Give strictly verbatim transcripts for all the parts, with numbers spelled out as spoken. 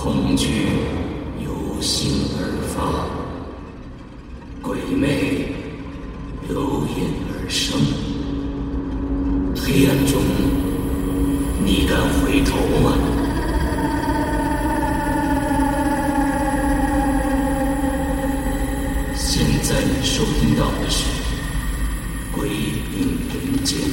恐惧由心而发，鬼魅由眼而生。黑暗中，你敢回头吗？现在你收听到的是《鬼影人间》。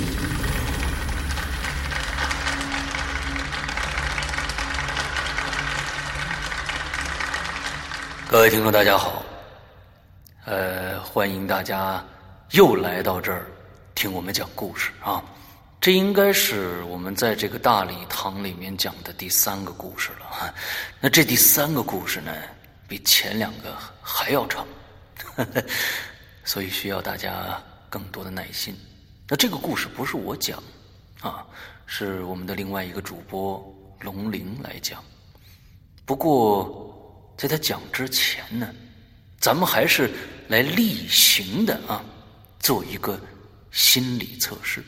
各位听众大家好，呃，欢迎大家又来到这儿听我们讲故事啊。这应该是我们在这个大礼堂里面讲的第三个故事了啊。那这第三个故事呢，比前两个还要长，呵呵，所以需要大家更多的耐心。那这个故事不是我讲啊，是我们的另外一个主播龙鳞来讲。不过在他讲之前呢，咱们还是来例行的啊，做一个心理测试。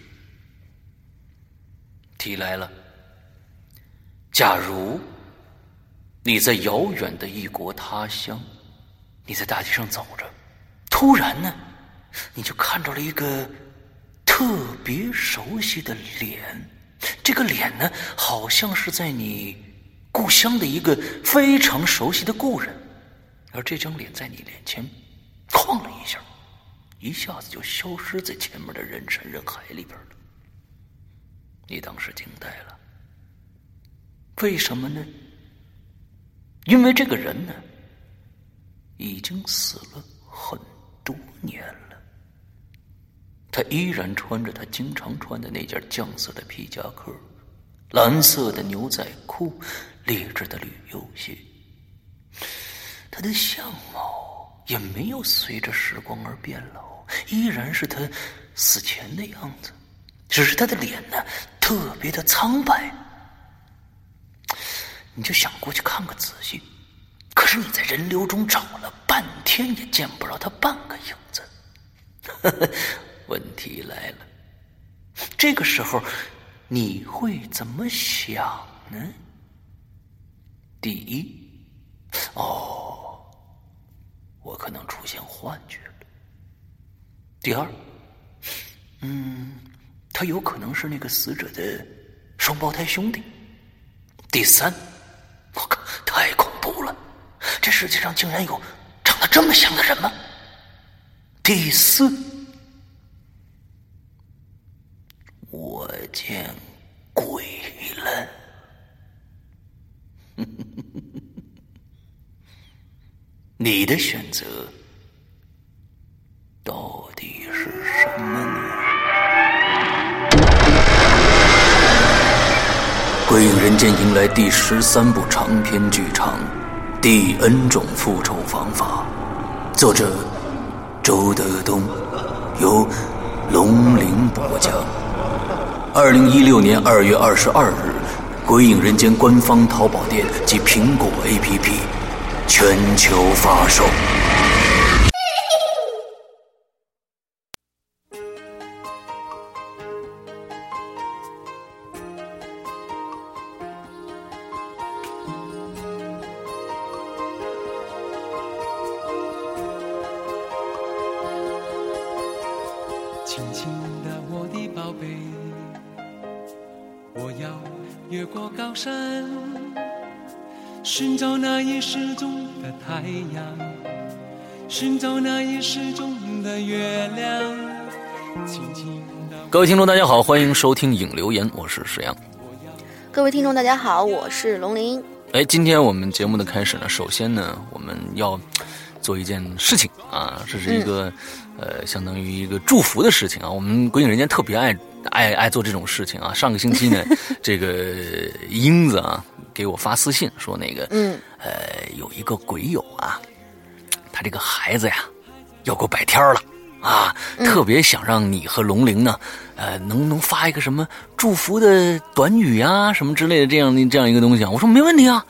题来了，假如你在遥远的异国他乡，你在大街上走着，突然呢，你就看到了一个特别熟悉的脸，这个脸呢，好像是在你故乡的一个非常熟悉的故人，而这张脸在你脸前晃了一下，一下子就消失在前面的人山人海里边了。你当时惊呆了，为什么呢？因为这个人呢，已经死了很多年了，他依然穿着他经常穿的那件酱色的皮夹克，蓝色的牛仔裤，劣质的旅游鞋。他的相貌也没有随着时光而变老，依然是他死前的样子，只是他的脸呢，特别的苍白。你就想过去看个仔细，可是你在人流中找了半天也见不着他半个影子。问题来了，这个时候你会怎么想呢？第一，哦，我可能出现幻觉了。第二，嗯，他有可能是那个死者的双胞胎兄弟。第三，我靠，太恐怖了，这世界上竟然有长得这么像的人吗？第四，我见鬼了。你的选择到底是什么呢？鬼影人间迎来第十三部长篇剧场《第 N 种复仇方法》，作者周德东，由龙鳞播讲。二零一六年二月二十二日，鬼影人间官方淘宝店及苹果 A P P 全球发售。 轻轻的我的宝贝，我要越过高山，寻找那已失踪的太阳，寻找那已失踪的月亮。轻轻的各位听众大家好，欢迎收听影留言，我是石阳。 各位听众大家好，我是龙鳞。 哎，今天我们节目的开始呢，首先呢，我们要做一件事情啊，这是一个、嗯、呃，相当于一个祝福的事情啊。我们鬼影人间特别爱爱爱做这种事情啊。上个星期呢，这个英子啊给我发私信说，那个嗯呃，有一个鬼友啊，他这个孩子呀要过百天了啊、嗯，特别想让你和龙鳞呢，呃，能能发一个什么祝福的短语啊，什么之类的这样这样一个东西啊。我说没问题啊。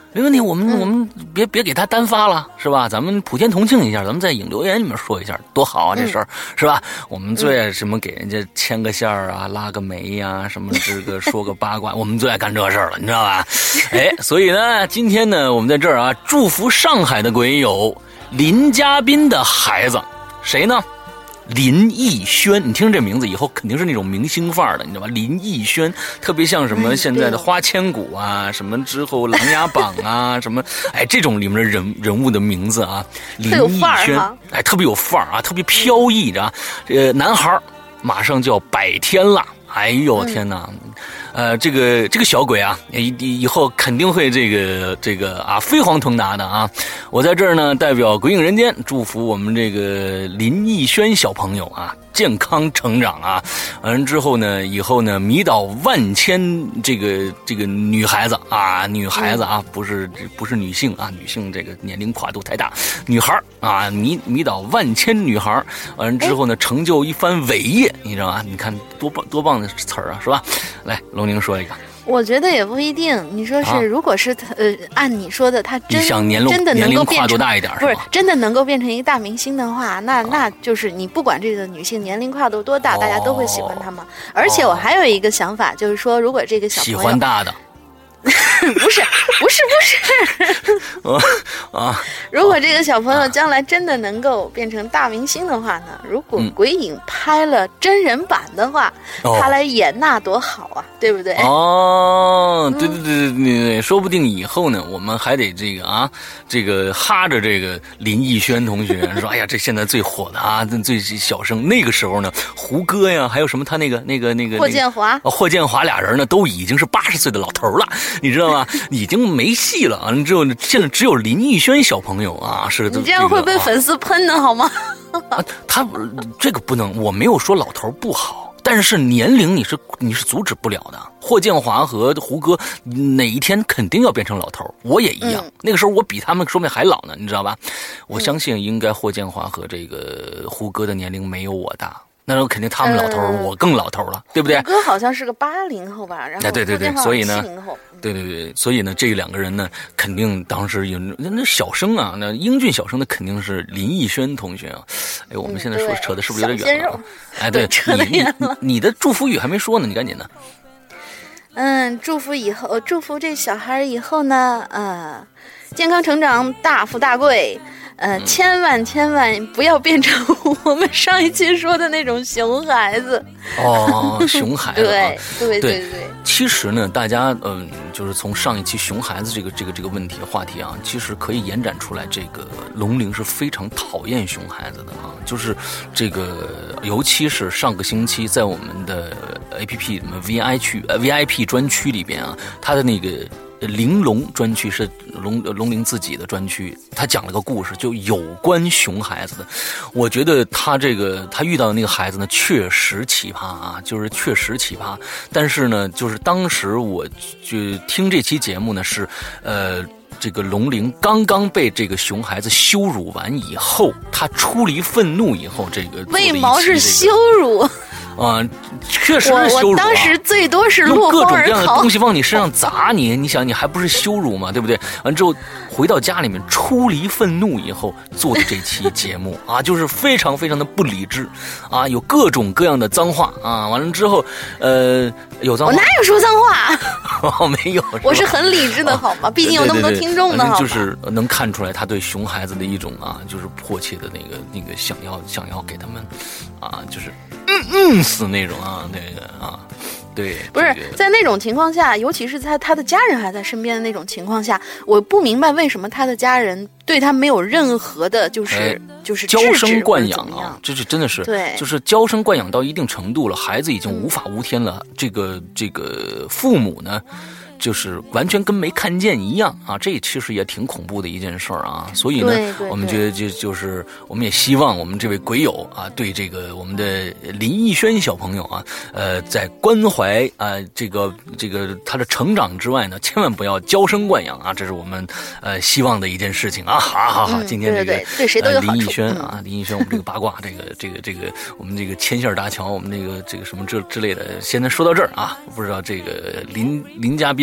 没问题，我们、嗯、我们别别给他单发了，是吧？咱们普天同庆一下，咱们在影留言里面说一下，多好啊！这事儿、嗯、是吧？我们最爱什么给人家牵个线儿啊，拉个媒呀、啊，什么这个说个八卦，我们最爱干这事儿了，你知道吧？哎，所以呢，今天呢，我们在这儿啊，祝福上海的鬼友林嘉宾的孩子，谁呢？林奕轩，你听这名字以后肯定是那种明星范儿的，你知道吧？林奕轩特别像什么现在的花千骨啊，什么之后琅琊榜啊，什么哎这种里面的人人物的名字啊，林奕轩，哎特别有范儿啊，特别飘逸着，呃，男孩马上就要百天了。哎呦天哪，嗯、呃，这个这个小鬼啊，以以后肯定会这个这个啊飞黄腾达的啊！我在这儿呢，代表鬼影人间祝福我们这个林奕轩小朋友啊健康成长啊！完了之后呢，以后呢迷倒万千这个这个女孩子啊，女孩子啊，不是不是女性啊，女性这个年龄跨度太大，女孩啊迷迷倒万千女孩，完了之后呢成就一番伟业，你知道吗？你看多棒多棒的词儿啊，是吧？来，龙宁说一个。 我觉得也不一定。你说是，啊、如果是呃，按你说的，他真想年真的能够变成大一点， 不是真的能够变成一个大明星的话，那、哦、那就是你不管这个女性年龄跨度多大，哦、大家都会喜欢她嘛。而且我还有一个想法，就是说，如果这个小朋友喜欢大的。 不是不是不是啊啊！ 如果这个小朋友将来真的能够变成大明星的话呢？如果鬼影拍了真人版的话，嗯、他来演那多好啊，对不对？ 哦，对对对对对，说不定以后呢，我们还得这个啊，这个哈着这个林奕轩同学说，哎呀，这现在最火的啊，最小生。那个时候呢，胡歌呀，还有什么他那个那个那个霍建华， 霍建华俩人呢，都已经是八十岁的老头了。你知道吗？已经没戏了啊！只有现在只有林奕轩小朋友啊，是你这样会被粉丝喷的好吗？ 啊，他这个不能，我没有说老头不好，但是年龄你是你是阻止不了的。霍建华和胡歌哪一天肯定要变成老头，我也一样。嗯、那个时候我比他们说不定还老呢，你知道吧？我相信应该霍建华和这个胡歌的年龄没有我大。那时候肯定他们老头、呃，我更老头了，对不对？ 胡歌好像是个八零后吧，然后对对对，所以呢， 七零后， 对对对，所以呢，这两个人呢，肯定当时有那那小生啊，那英俊小生，那肯定是林奕轩同学啊。哎，我们现在说、嗯、扯的是不是有点远了？哎，对， 扯得远了。 你, 你的祝福语还没说呢，你赶紧的。 嗯，祝福以后，祝福这小孩以后呢，呃，健康成长，大富大贵。呃，千万千万不要变成我们上一期说的那种熊孩子哦，熊孩子、啊， 对对对对, 对。其实呢，大家嗯、呃，就是从上一期熊孩子这个这个这个问题话题啊，其实可以延展出来，这个龙玲是非常讨厌熊孩子的啊，就是这个，尤其是上个星期在我们的 A P P 里面 V I 区呃 V I P 专区里边啊，他的那个。玲珑专区是龙龙玲自己的专区，他讲了个故事，就有关熊孩子的。我觉得他这个他遇到的那个孩子呢，确实奇葩啊，就是确实奇葩。但是呢，就是当时我就听这期节目呢，是呃。这个龙玲刚刚被这个熊孩子羞辱完以后，他出离愤怒以后，这个为毛是羞辱？ 啊、呃，确实是羞辱、啊。 我当时最多是落荒而逃，用各种各样的东西往你身上砸你，你想你还不是羞辱吗？对不对？完之后回到家里面出离愤怒以后做的这期节目啊，就是非常非常的不理智啊，有各种各样的脏话啊。完了之后，呃，有脏话， 我哪有说脏话？ 哦，没有， 我是很理智的，好吗？毕竟有那么多听众呢，好吗？ 就是能看出来他对熊孩子的一种啊，就是迫切的那个那个想要想要给他们啊，就是嗯嗯死那种啊，那个啊。对， 不是、这个、在那种情况下，尤其是在他的家人还在身边的那种情况下，我不明白为什么他的家人对他没有任何的，就是、哎、就是娇生惯养啊，这是真的是， 对， 就是娇生惯养到一定程度了，孩子已经无法无天了，嗯、这个这个父母呢？就是完全跟没看见一样啊，这其实也挺恐怖的一件事儿啊。所以呢，我们觉得就就是我们也希望我们这位鬼友啊，对这个我们的林奕轩小朋友啊，呃，在关怀啊这个这个他的成长之外呢，千万不要娇生惯养啊，这是我们呃希望的一件事情啊。好好好， 嗯、 今天这个对对对对谁都有好处、 呃、林奕轩啊，林奕轩，我们这个八卦，这个这个这个我们这个牵线搭桥，我们这个这个什么这之类的，现在说到这儿啊，不知道这个林林嘉宾。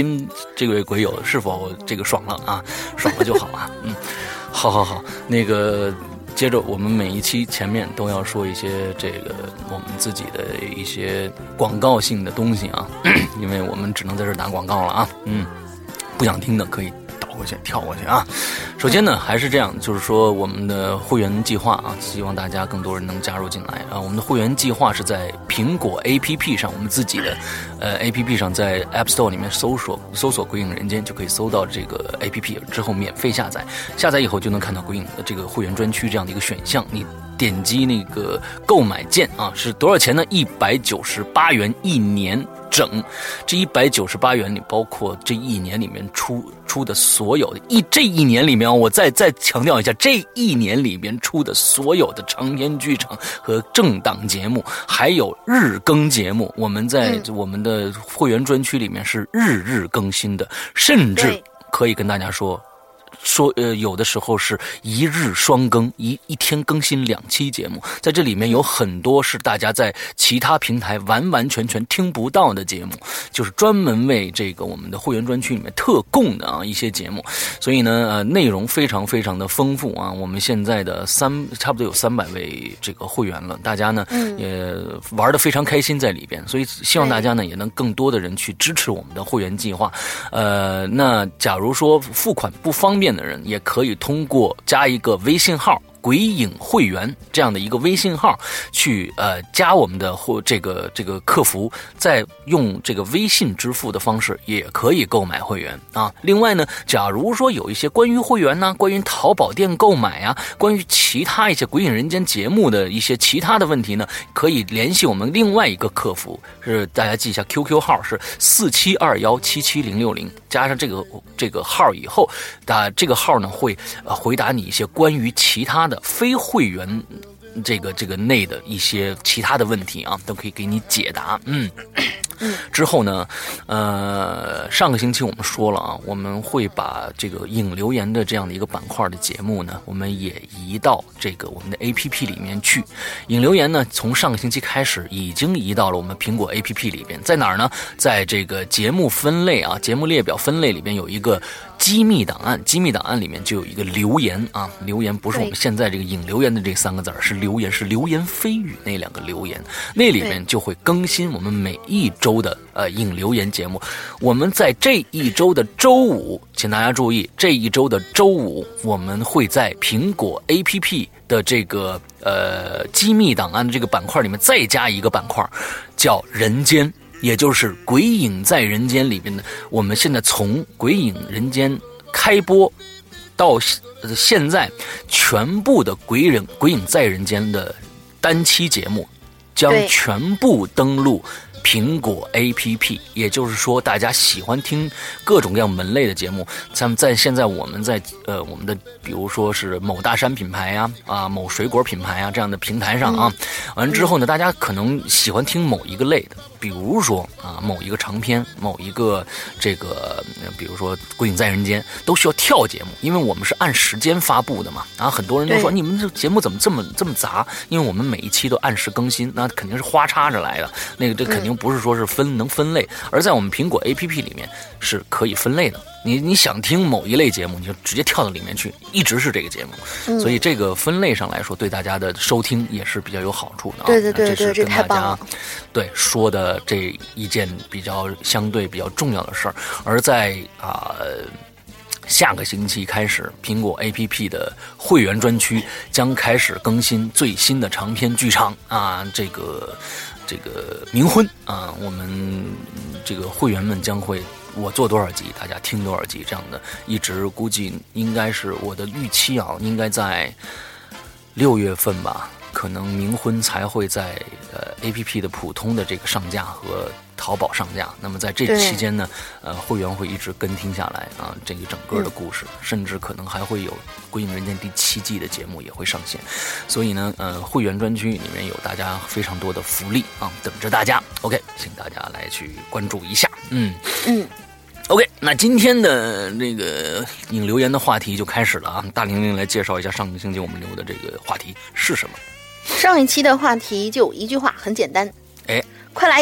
音这位鬼友是否这个爽了啊？爽了就好啊。嗯，好好好，那个。接着，我们每一期前面都要说一些这个我们自己的一些广告性的东西啊，因为我们只能在这儿打广告了啊。嗯，不想听的可以倒过去、跳过去啊。首先呢，还是这样，就是说我们的会员计划啊，希望大家更多人能加入进来啊。我们的会员计划是在苹果 A P P 上，我们自己的呃 A P P 上，在 App Store 里面搜索搜索“鬼影人间”，就可以搜到这个 A P P， 之后免费下载。下载以后就能看到鬼影的这个会员专区这样的一个选项。你点击那个购买键啊，是多少钱呢？一百九十八元一年整。这一百九十八元里包括这一年里面出出的所有的一这一年里面，我再再强调一下，这一年里面出的所有的长篇剧场和正档节目，还有日更节目，我们在我们的会员专区里面是日日更新的，甚至可以跟大家说。说呃，有的时候是一日双更，一一天更新两期节目，在这里面有很多是大家在其他平台完完全全听不到的节目，就是专门为这个我们的会员专区里面特供的啊一些节目，所以呢呃内容非常非常的丰富啊。我们现在的三差不多有三百位这个会员了，大家呢、嗯、也玩得非常开心在里边，所以希望大家呢也能更多的人去支持我们的会员计划。呃，那假如说付款不方便的人也可以通过加一个微信号鬼影会员这样的一个微信号去呃加我们的或这个这个客服，再用这个微信支付的方式也可以购买会员啊。另外呢，假如说有一些关于会员呢，关于淘宝店购买啊，关于其他一些鬼影人间节目的一些其他的问题呢，可以联系我们另外一个客服，是大家记一下 Q Q 号是四七二一七七零六零，加上这个这个号以后，啊这个号呢会呃回答你一些关于其他的非会员这个这个内的一些其他的问题啊，都可以给你解答。嗯，之后呢，呃，上个星期我们说了啊，我们会把这个影留言的这样的一个板块的节目呢，我们也移到这个我们的 A P P 里面去。影留言呢，从上个星期开始已经移到了我们苹果 A P P 里边，在哪儿呢？在这个节目分类啊，节目列表分类里边有一个机密档案，机密档案里面就有一个留言啊，留言不是我们现在这个影留言的这三个字，是留言，是流言蜚语那两个留言，那里面就会更新我们每一周的呃影留言节目。我们在这一周的周五，请大家注意，这一周的周五，我们会在苹果 A P P 的这个呃机密档案的这个板块里面再加一个板块，叫人间。也就是《鬼影在人间》里面的，我们现在从《鬼影人间》开播到现在，全部的《鬼人鬼影在人间》的单期节目将全部登录苹果 A P P， 也就是说，大家喜欢听各种各样门类的节目，咱们在现在我们在呃我们的比如说是某大山品牌啊啊某水果品牌啊这样的平台上啊，完了之后呢，大家可能喜欢听某一个类的，比如说啊某一个长篇，某一个这个比如说《鬼影在人间》都需要跳节目，因为我们是按时间发布的嘛，然后很多人都说你们这节目怎么这么这么杂？因为我们每一期都按时更新，那肯定是花插着来的，那个这肯定不是说是分能分类，而在我们苹果 A P P 里面是可以分类的。你你想听某一类节目，你就直接跳到里面去，一直是这个节目。嗯、所以这个分类上来说，对大家的收听也是比较有好处的、啊。 对对对对， 这是跟大家对说的这一件比较相对比较重要的事儿。而在啊、呃、下个星期开始，苹果 A P P 的会员专区将开始更新最新的长篇剧场啊，这个。这个冥婚啊，我们这个会员们将会我做多少集，大家听多少集，这样的一直估计应该是我的预期啊，应该在六月份吧，可能冥婚才会在呃 A P P 的普通的这个上架和淘宝上架。那么在这期间呢，呃，会员会一直跟听下来啊，这个整个的故事，嗯、甚至可能还会有《鬼影人间》第七季的节目也会上线。所以呢，呃，会员专区里面有大家非常多的福利啊，等着大家。OK， 请大家来去关注一下。嗯嗯。OK， 那今天的这个引留言的话题就开始了啊！大玲玲来介绍一下上个星期我们留的这个话题是什么。 上一期的话题就一句话，很简单， 哎， 快来趁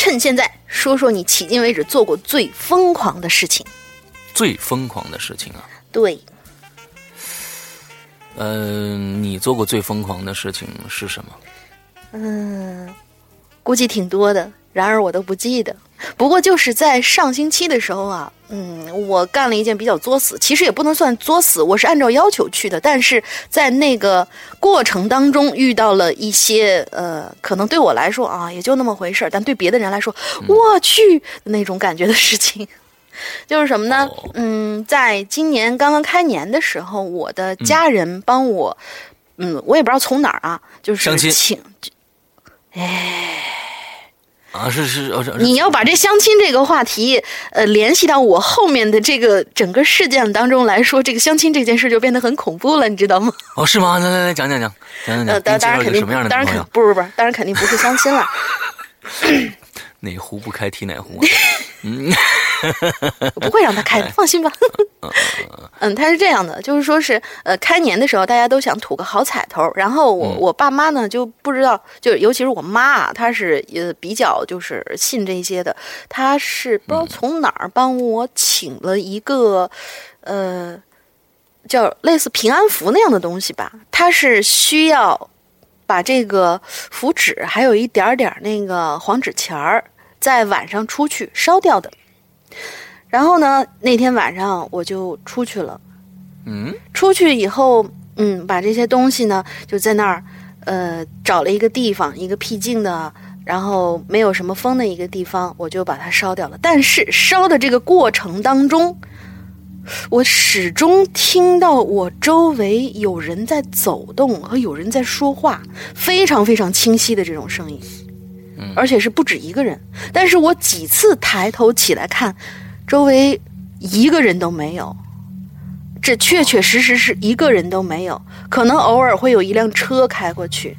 趁现在说说你迄今为止做过最疯狂的事情。 最疯狂的事情啊？ 对。 嗯、呃，你做过最疯狂的事情是什么？ 嗯，估计挺多的，然而我都不记得。不过就是在上星期的时候啊，嗯，我干了一件比较作死，其实也不能算作死，我是按照要求去的，但是在那个过程当中遇到了一些呃，可能对我来说啊也就那么回事，但对别的人来说，嗯、我去那种感觉的事情。就是什么呢？嗯，在今年刚刚开年的时候，我的家人帮我，嗯，嗯我也不知道从哪儿啊，就是请，哎， 啊，是是是， 你要把这相亲这个话题，呃，联系到我后面的这个整个事件当中来说，这个相亲这件事就变得很恐怖了，你知道吗？ 哦，是吗？来来来，讲讲讲，讲讲讲。 呃，当当然肯定，当然肯不不不，当然肯定不是相亲了。 哪壶不开提哪壶、啊。嗯， 我不会让他开的，放心吧。嗯，他是这样的，就是说是呃，开年的时候大家都想吐个好彩头，然后我、嗯、我爸妈呢就不知道，就尤其是我妈啊，她是呃比较就是信这些的，她是不知道从哪儿帮我请了一个、嗯、呃叫类似平安符那样的东西吧，它是需要把这个符纸还有一点点那个黄纸钱儿。在晚上出去烧掉的，然后呢，那天晚上我就出去了。 嗯， 出去以后，嗯，把这些东西呢，就在那儿，呃，找了一个地方，一个僻静的，然后没有什么风的一个地方，我就把它烧掉了。但是烧的这个过程当中，我始终听到我周围有人在走动和有人在说话，非常非常清晰的这种声音。而且是不止一个人，但是我几次抬头起来看，周围一个人都没有，这确确实实是一个人都没有，可能偶尔会有一辆车开过去。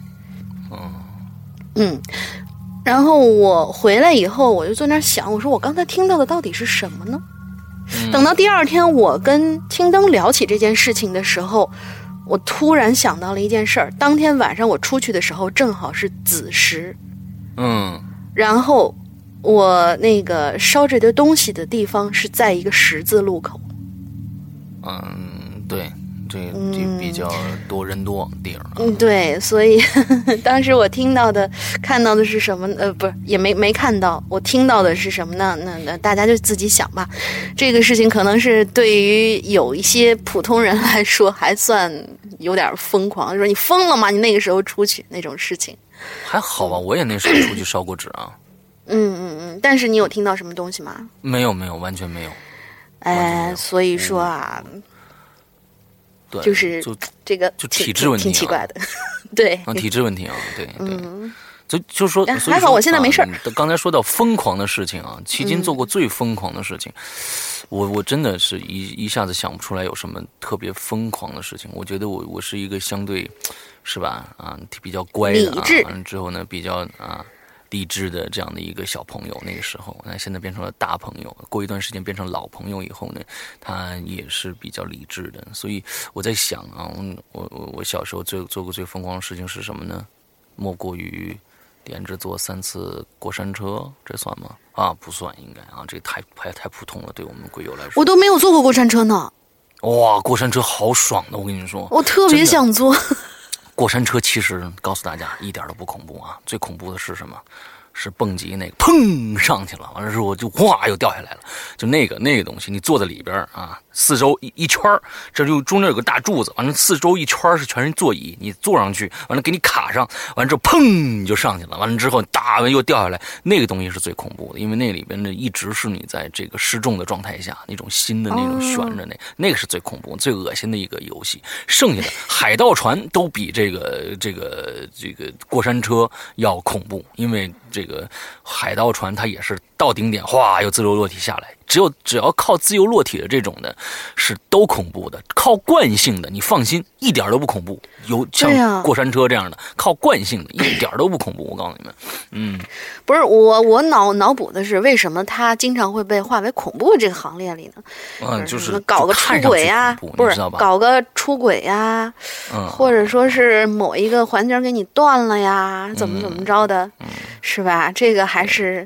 嗯，然后我回来以后，我就坐那儿想，我说我刚才听到的到底是什么呢？等到第二天我跟青灯聊起这件事情的时候，我突然想到了一件事儿，当天晚上我出去的时候正好是子时。 嗯， 然后我那个烧这堆东西的地方是在一个十字路口。 嗯，对，这这比较多人多地儿、啊。 嗯，对，所以呵呵当时我听到的、看到的是什么？呃，不是，也没没看到。我听到的是什么呢？那那大家就自己想吧。这个事情可能是对于有一些普通人来说还算有点疯狂，就说你疯了吗？你那个时候出去那种事情。 还好吧，我也那时候出去烧过纸啊。 嗯嗯嗯，但是你有听到什么东西吗？ 没有没有，完全没有。 哎，所以说啊， 嗯、对， 就是就这个就体质问题、啊， 挺奇怪的。对， 啊，体质问题啊，对对。 嗯， 就就说，所以还好我现在没事儿、 啊。刚才说到疯狂的事情啊，迄今做过最疯狂的事情，嗯、我我真的是一一下子想不出来有什么特别疯狂的事情。我觉得我我是一个相对。是吧？啊，比较乖的啊，完了之后呢，比较啊理智的这样的一个小朋友。那个时候，那现在变成了大朋友。过一段时间变成老朋友以后呢，他也是比较理智的。所以我在想啊，我我我小时候最做过最疯狂的事情是什么呢？莫过于连着坐三次过山车，这算吗？啊，不算，应该啊，这太太太普通了，对我们鬼友来说。 我都没有坐过过山车呢。 哇，过山车好爽的，我跟你说， 我特别想坐。 过山车其实告诉大家一点都不恐怖啊，最恐怖的是什么？是蹦极那个，砰上去了，完了之后就哗又掉下来了，就那个那个东西，你坐在里边啊，四周一一圈，这就中间有个大柱子，完了四周一圈是全是座椅，你坐上去，完了给你卡上，完了之后砰你就上去了，完了之后大完又掉下来，那个东西是最恐怖的，因为那里边呢一直是你在这个失重的状态下，那种心的那种悬着那，那个是最恐怖、最恶心的一个游戏。剩下的海盗船都比这个这个这个过山车要恐怖，因为这个海盗船它也是到顶点哗又自由落体下来，只有只要靠自由落体的这种的是都恐怖的，靠惯性的你放心一点都不恐怖，有像过山车这样的、啊、靠惯性的一点都不恐怖，我告诉你们。嗯， 不是我我脑脑补的是为什么它经常会被划为恐怖这个行列里呢？ 嗯，就是搞个出轨呀、啊，不是搞个出轨呀、啊嗯，或者说是某一个环节给你断了呀，怎么怎么着的、嗯嗯，是吧？这个还是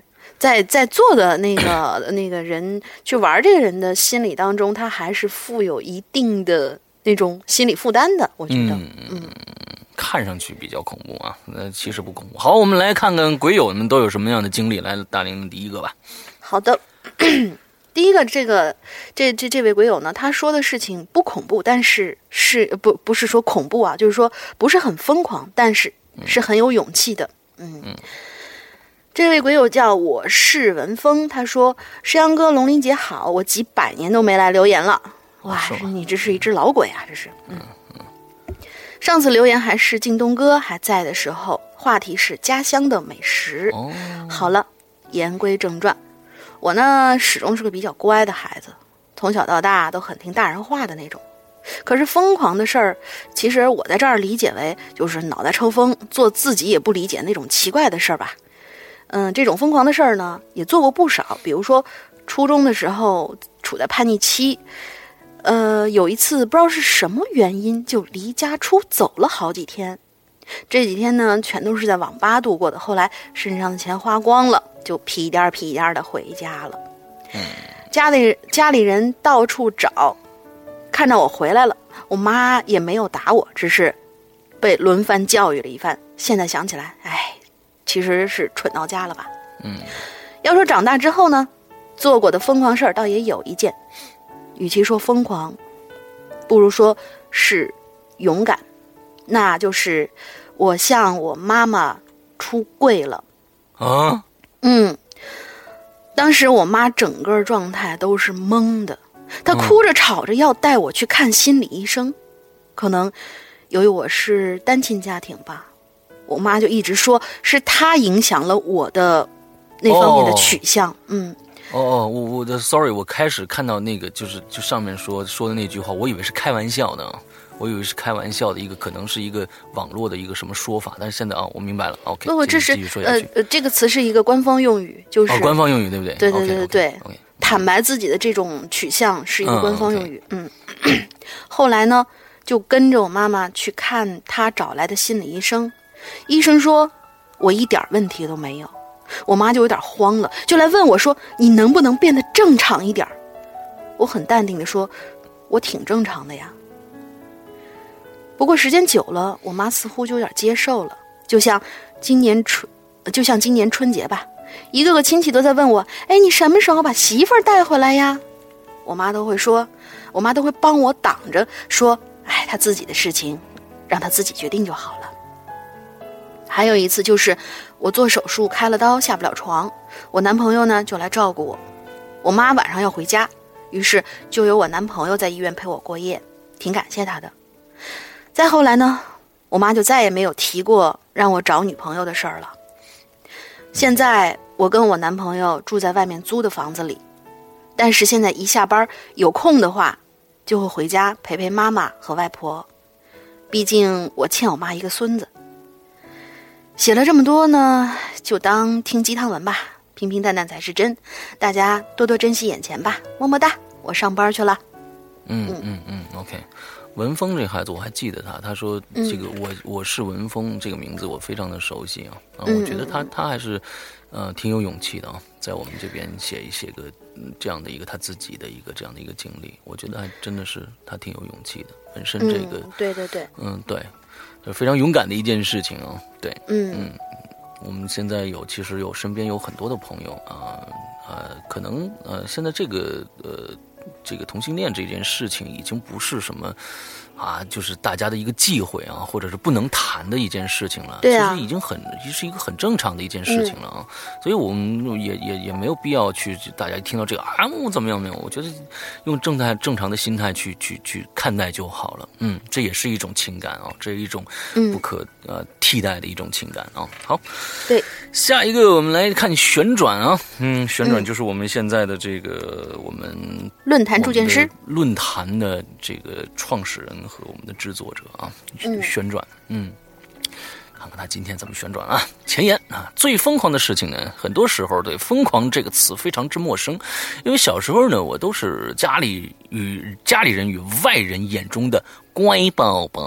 在在做的那个那个人去玩这个人的心理当中，他还是负有一定的那种心理负担的，我觉得。嗯。嗯， 看上去比较恐怖啊，那其实不恐怖。好，我们来看看鬼友们都有什么样的经历。来，大玲第一个吧。 好的。第一个，这个这这这位鬼友呢，他说的事情不恐怖，但是是不不是说恐怖啊，就是说不是很疯狂，但是是很有勇气的。嗯，嗯这位鬼友叫我是文峰，他说：“石阳哥，龙鳞姐好，我几百年都没来留言了。”哇，你这是一只老鬼啊，这是。嗯嗯。上次留言还是靳东哥还在的时候，话题是家乡的美食。 哦。 好了，言归正传。我呢，始终是个比较乖的孩子，从小到大都很听大人话的那种。可是疯狂的事儿，其实我在这儿理解为就是脑袋抽风，做自己也不理解那种奇怪的事儿吧。嗯，这种疯狂的事儿呢，也做过不少。比如说，初中的时候处在叛逆期，呃，有一次不知道是什么原因，就离家出走了好几天。这几天呢，全都是在网吧度过的。后来身上的钱花光了，就屁颠儿屁颠儿的回家了。家里家里人到处找，看到我回来了，我妈也没有打我，只是被轮番教育了一番。现在想起来，哎，其实是蠢到家了吧。 嗯， 要说长大之后呢，做过的疯狂事儿倒也有一件，与其说疯狂，不如说是勇敢。那就是我向我妈妈出柜了。 啊？ 嗯，当时我妈整个状态都是懵的，她哭着吵着要带我去看心理医生。可能由于我是单亲家庭吧，我妈就一直说是她影响了我的那方面的取向。哦、嗯。 哦哦，我我的 sorry， 我开始看到那个就是就上面说说的那句话，我以为是开玩笑的。我以为是开玩笑的一个，可能是一个网络的一个什么说法，但是现在啊，我明白了。OK， 不不，这是呃呃，这个词是一个官方用语，就是、 哦、官方用语，对不对？ 对对对对对。 Okay, okay, okay. 坦白自己的这种取向是一个官方用语。嗯， okay. 嗯。后来呢，就跟着我妈妈去看她找来的心理医生，医生说我一点问题都没有，我妈就有点慌了，就来问我说：“你能不能变得正常一点？”我很淡定的说：“我挺正常的呀。”不过时间久了，我妈似乎就有点接受了，就像今年春，就像今年春节吧，一个个亲戚都在问我：“哎，你什么时候把媳妇儿带回来呀？”我妈都会说，我妈都会帮我挡着说：“哎，她自己的事情，让她自己决定就好了。”还有一次就是我做手术开了刀下不了床，我男朋友呢就来照顾我，我妈晚上要回家，于是就由我男朋友在医院陪我过夜，挺感谢他的。再后来呢，我妈就再也没有提过让我找女朋友的事儿了。现在我跟我男朋友住在外面租的房子里，但是现在一下班有空的话，就会回家陪陪妈妈和外婆。毕竟我欠我妈一个孙子。写了这么多呢，就当听鸡汤文吧，平平淡淡才是真。大家多多珍惜眼前吧，么么哒，我上班去了。 嗯嗯嗯 ，OK。文峰这孩子我还记得他，他说这个我、嗯、我是文峰这个名字我非常的熟悉啊，啊，我觉得他他还是呃挺有勇气的啊，在我们这边写一写个、嗯、这样的一个他自己的一个这样的一个经历，我觉得还真的是他挺有勇气的，本身这个、 嗯、对对对， 嗯对，非常勇敢的一件事情啊，对， 嗯嗯，我们现在有其实有身边有很多的朋友啊呃可能呃现在这个呃。这个同性恋这件事情已经不是什么啊，就是大家的一个忌讳啊，或者是不能谈的一件事情了。 对啊， 其实已经很是一个很正常的一件事情了啊。嗯、所以我们也也也没有必要去大家一听到这个啊，我怎么样没有？我觉得用正态正常的心态去去去看待就好了。嗯，这也是一种情感啊，这是一种不可、嗯、呃替代的一种情感啊。好， 对， 下一个我们来看旋转啊，嗯，旋转就是我们现在的这个、嗯、我们。 论坛铸剑师， 论坛的这个创始人和我们的制作者啊，旋转，嗯，看看他今天怎么旋转啊。前言啊，最疯狂的事情呢，很多时候对疯狂这个词非常之陌生，因为小时候呢，我都是家里与家里人与外人眼中的乖宝宝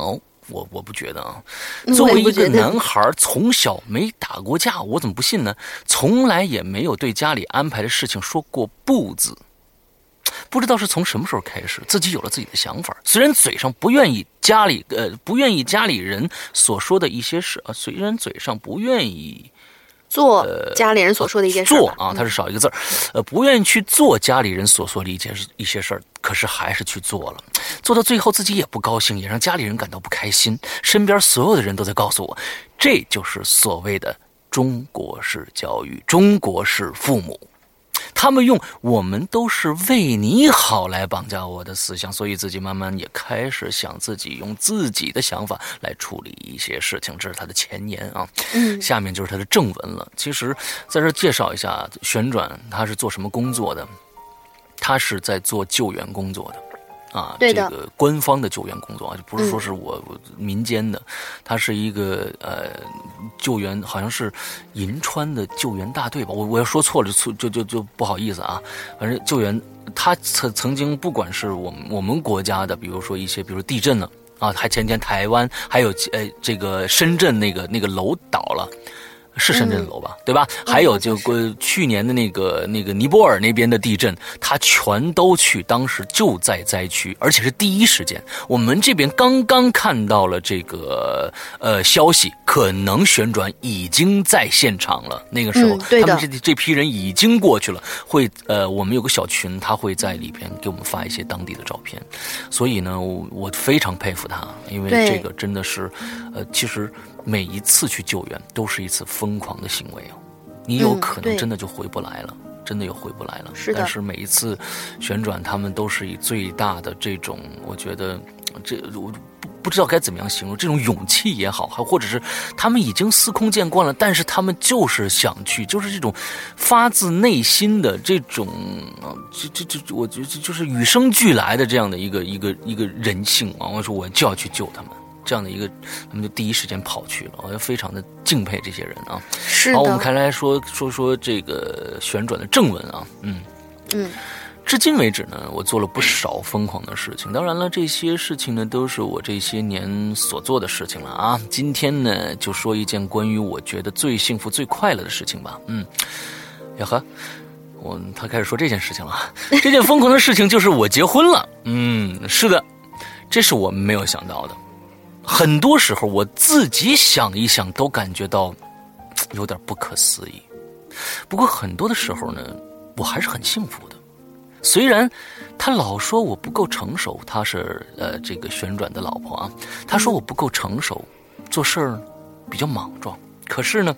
我我不觉得啊。作为一个男孩，从小没打过架，我怎么不信呢？从来也没有对家里安排的事情说过不字。不知道是从什么时候开始，自己有了自己的想法。虽然嘴上不愿意家里呃不愿意家里人所说的一些事啊，虽然嘴上不愿意做家里人所说的一件事、 呃、做啊，它是少一个字儿，呃，不愿意去做家里人所说的一件一些事儿，可是还是去做了，做到最后自己也不高兴，也让家里人感到不开心。身边所有的人都在告诉我，这就是所谓的中国式教育，中国式父母。他们用我们都是为你好来绑架我的思想，所以自己慢慢也开始想自己用自己的想法来处理一些事情。这是他的前言啊， 嗯， 下面就是他的正文了。其实在这介绍一下旋转他是做什么工作的，他是在做救援工作的。啊，这个官方的救援工作啊，就不是说是我、嗯、民间的，它是一个呃救援，好像是银川的救援大队吧，我我要说错了就就就就不好意思啊。反正救援，他曾曾经不管是我们我们国家的，比如说一些，比如地震呢啊，还前天台湾还有呃这个深圳那个那个楼倒了。是深圳楼吧、嗯、对吧？还有就呃去年的那个那个尼泊尔那边的地震，他全都去，当时就在灾区，而且是第一时间。我们这边刚刚看到了这个呃消息，可能旋转已经在现场了。那个时候， 嗯、 他们这这批人已经过去了，会呃我们有个小群，他会在里边给我们发一些当地的照片。所以呢，我我非常佩服他，因为这个真的是呃其实。每一次去救援都是一次疯狂的行为啊！你有可能真的就回不来了，嗯、真的又回不来了。 是的。 但是每一次旋转，他们都是以最大的这种，我觉得这我不不知道该怎么样形容，这种勇气也好，还或者是他们已经司空见惯了，但是他们就是想去，就是这种发自内心的这种，这这这，我觉得就是与生俱来的这样的一个一个一个人性啊！我说我就要去救他们。这样的一个，他们就第一时间跑去了，我就非常的敬佩这些人啊。 是的。 好，我们开来说说说这个旋转的正文啊，嗯嗯。 至今为止呢，我做了不少疯狂的事情。当然了，这些事情呢，都是我这些年所做的事情了啊。今天呢，就说一件关于我觉得最幸福、最快乐的事情吧。嗯，呀呵。我他开始说这件事情了，这件疯狂的事情就是我结婚了。嗯，是的，这是我没有想到的。很多时候我自己想一想都感觉到有点不可思议，不过很多的时候呢，我还是很幸福的。虽然他老说我不够成熟，他是呃这个旋转的老婆啊，他说我不够成熟，做事儿比较莽撞，可是呢，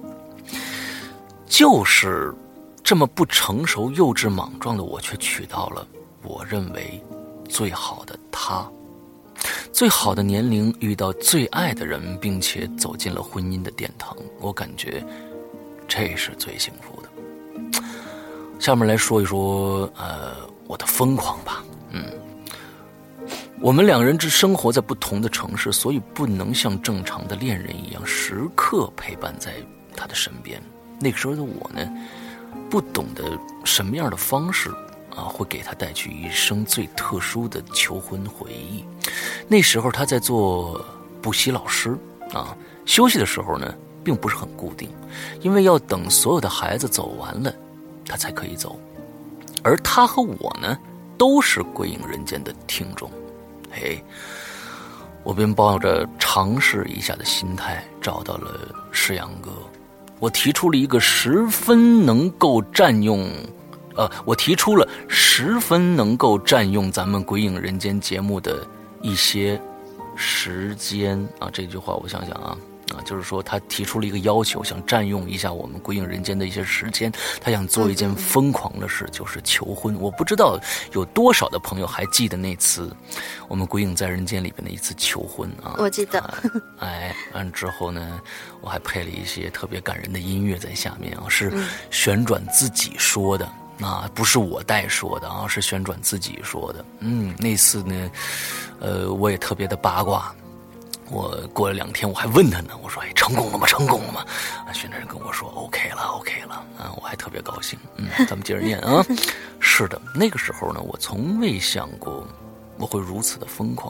就是这么不成熟、幼稚、莽撞的我，却娶到了我认为最好的他。最好的年龄遇到最爱的人，并且走进了婚姻的殿堂，我感觉这是最幸福的。下面来说一说呃我的疯狂吧。嗯，我们两人只生活在不同的城市，所以不能像正常的恋人一样时刻陪伴在他的身边。那个时候的我呢，不懂得什么样的方式啊，会给他带去一生最特殊的求婚回忆。那时候他在做补习老师啊，休息的时候呢，并不是很固定，因为要等所有的孩子走完了，他才可以走。而他和我呢，都是鬼影人间的听众。嘿，我便抱着尝试一下的心态找到了世阳哥，我提出了一个十分能够占用。呃，我提出了十分能够占用咱们《鬼影人间》节目的一些时间啊，这句话我想想啊啊，就是说他提出了一个要求，想占用一下我们《鬼影人间》的一些时间，他想做一件疯狂的事，就是求婚。我不知道有多少的朋友还记得那次我们《鬼影在人间》里边的一次求婚啊， 我记得。 哎，完之后呢，我还配了一些特别感人的音乐在下面啊，是旋转自己说的。啊，不是我代说的啊，是旋转自己说的。嗯，那次呢，呃，我也特别的八卦。我过了两天，我还问他呢，我说：“哎，成功了吗？成功了吗？”啊，旋转人跟我说 ：“OK 了 ，OK 了。”啊，我还特别高兴。嗯，咱们接着念啊。是的，那个时候呢，我从未想过我会如此的疯狂。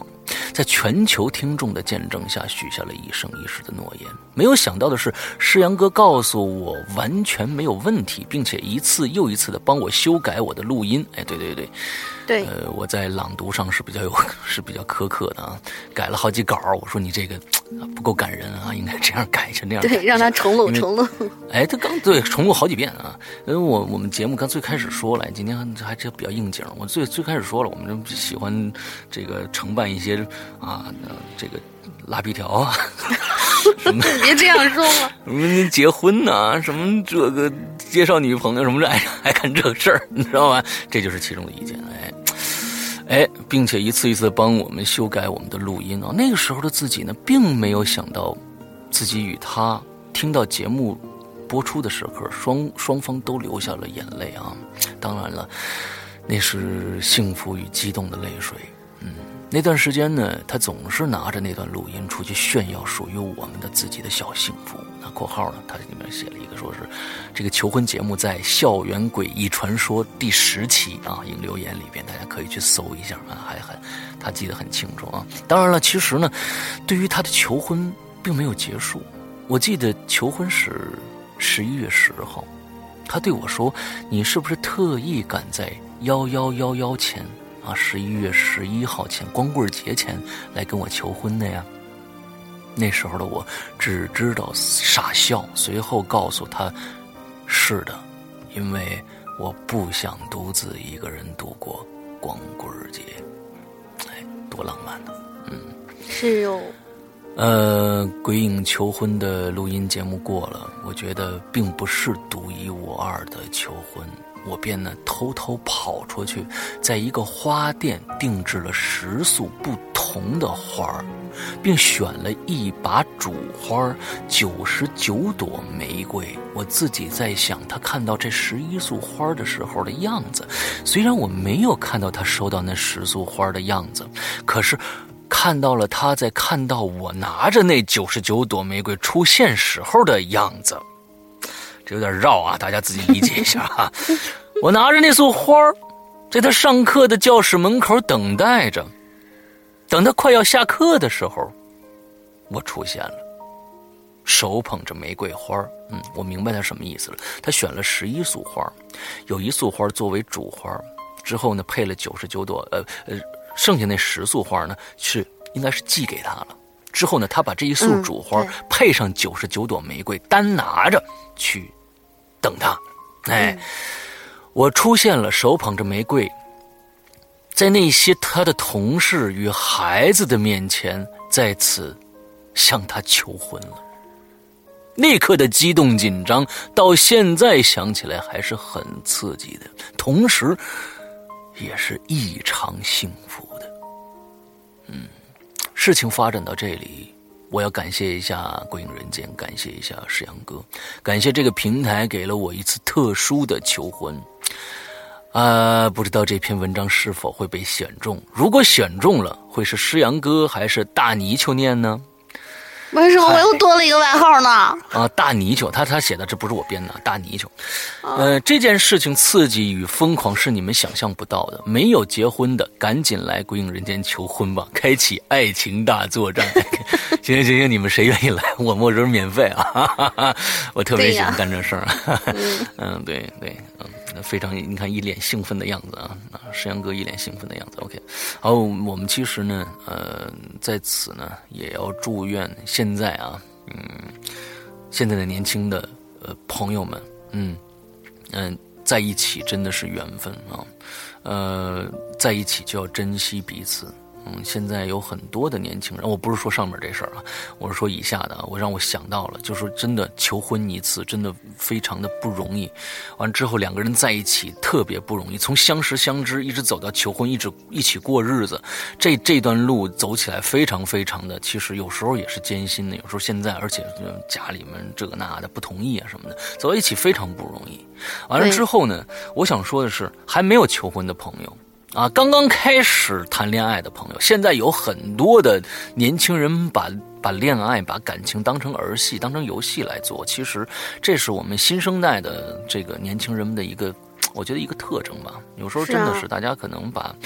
在全球听众的见证下许下了一生一世的诺言。没有想到的是，诗阳哥告诉我完全没有问题，并且一次又一次的帮我修改我的录音。哎，对对对， 对， 呃，我在朗读上是比较有是比较苛刻的啊，改了好几稿。我说你这个不够感人啊，应该这样改一下，那样改一下， 对，让他重录重录。 哎，他刚对重录好几遍啊。因为我我们节目刚最开始说了，今天还还这比较应景。我最最开始说了，我们就喜欢这个承办一些啊、呃，这个拉皮条啊。什么别这样说嘛！ 什么结婚呐、啊，什么这个介绍女朋友什么的，爱爱干这个事儿，你知道吧？这就是其中的一件。哎，哎，并且一次一次帮我们修改我们的录音啊。那个时候的自己呢，并没有想到自己与他听到节目播出的时刻，双双方都流下了眼泪啊。当然了，那是幸福与激动的泪水。嗯。那段时间呢，他总是拿着那段录音出去炫耀属于我们的自己的小幸福。那括号呢，他里面写了一个说是这个求婚节目在《校园诡异传说》第十期啊引流言里边，大家可以去搜一下啊，还很他记得很清楚啊。当然了，其实呢，对于他的求婚并没有结束。我记得求婚是十一月十号，他对我说：“你是不是特意赶在幺幺幺幺前？”啊，十一月十一号前，光棍节前来跟我求婚的呀。那时候的我只知道傻笑，随后告诉他：“是的，因为我不想独自一个人度过光棍节。”哎，多浪漫呢、啊！嗯， 是哟。 呃，鬼影求婚的录音节目过了，我觉得并不是独一无二的求婚。我便呢偷偷跑出去，在一个花店定制了十束不同的花儿，并选了一把主花，九十九朵玫瑰。我自己在想，他看到这十一束花的时候的样子，虽然我没有看到他收到那十束花的样子，可是看到了他在看到我拿着那九十九朵玫瑰出现时候的样子。这有点绕啊，大家自己理解一下啊。我拿着那束花，在他上课的教室门口等待着，等他快要下课的时候，我出现了，手捧着玫瑰花。嗯，我明白他什么意思了。他选了十一束花，有一束花作为主花，之后呢配了九十九朵，呃呃，剩下那十束花呢是应该是寄给他了。之后呢，他把这一束主花、嗯、配上九十九朵玫瑰，单拿着去等他。哎、嗯，我出现了，手捧着玫瑰，在那些他的同事与孩子的面前，再次向他求婚了。那刻的激动紧张，到现在想起来还是很刺激的，同时也是异常幸福的。嗯。事情发展到这里，我要感谢一下鬼影人间，感谢一下石阳哥，感谢这个平台给了我一次特殊的求婚。啊、呃，不知道这篇文章是否会被选中？如果选中了，会是石阳哥还是大泥鳅念呢？ 为什么我又多了一个外号呢？ 啊，大泥鳅，他他写的，这不是我编的，大泥鳅。呃，这件事情刺激与疯狂是你们想象不到的。没有结婚的，赶紧来鬼影人间求婚吧，开启爱情大作战。行行行行，你们谁愿意来？我我这是免费啊！哈哈哈，我特别喜欢干这事儿。嗯，对对，嗯，非常，你看一脸兴奋的样子啊，石阳哥一脸兴奋的样子。OK， 好，我们其实呢，呃，在此呢，也要祝愿。现在啊，嗯，现在的年轻的呃朋友们，嗯嗯，在一起真的是缘分啊，呃，在一起就要珍惜彼此。嗯，现在有很多的年轻人，我不是说上面这事儿啊，我是说以下的，我让我想到了，就是真的求婚一次，真的非常的不容易。完之后两个人在一起特别不容易，从相识相知一直走到求婚，一直一起过日子，这这段路走起来非常非常的，其实有时候也是艰辛的，有时候现在而且家里面这个那的不同意啊什么的，走到一起非常不容易。完了之后呢，我想说的是，还没有求婚的朋友。啊，刚刚开始谈恋爱的朋友，现在有很多的年轻人把把恋爱、把感情当成儿戏、当成游戏来做。其实，这是我们新生代的这个年轻人们的一个，我觉得一个特征吧。有时候真的是大家可能把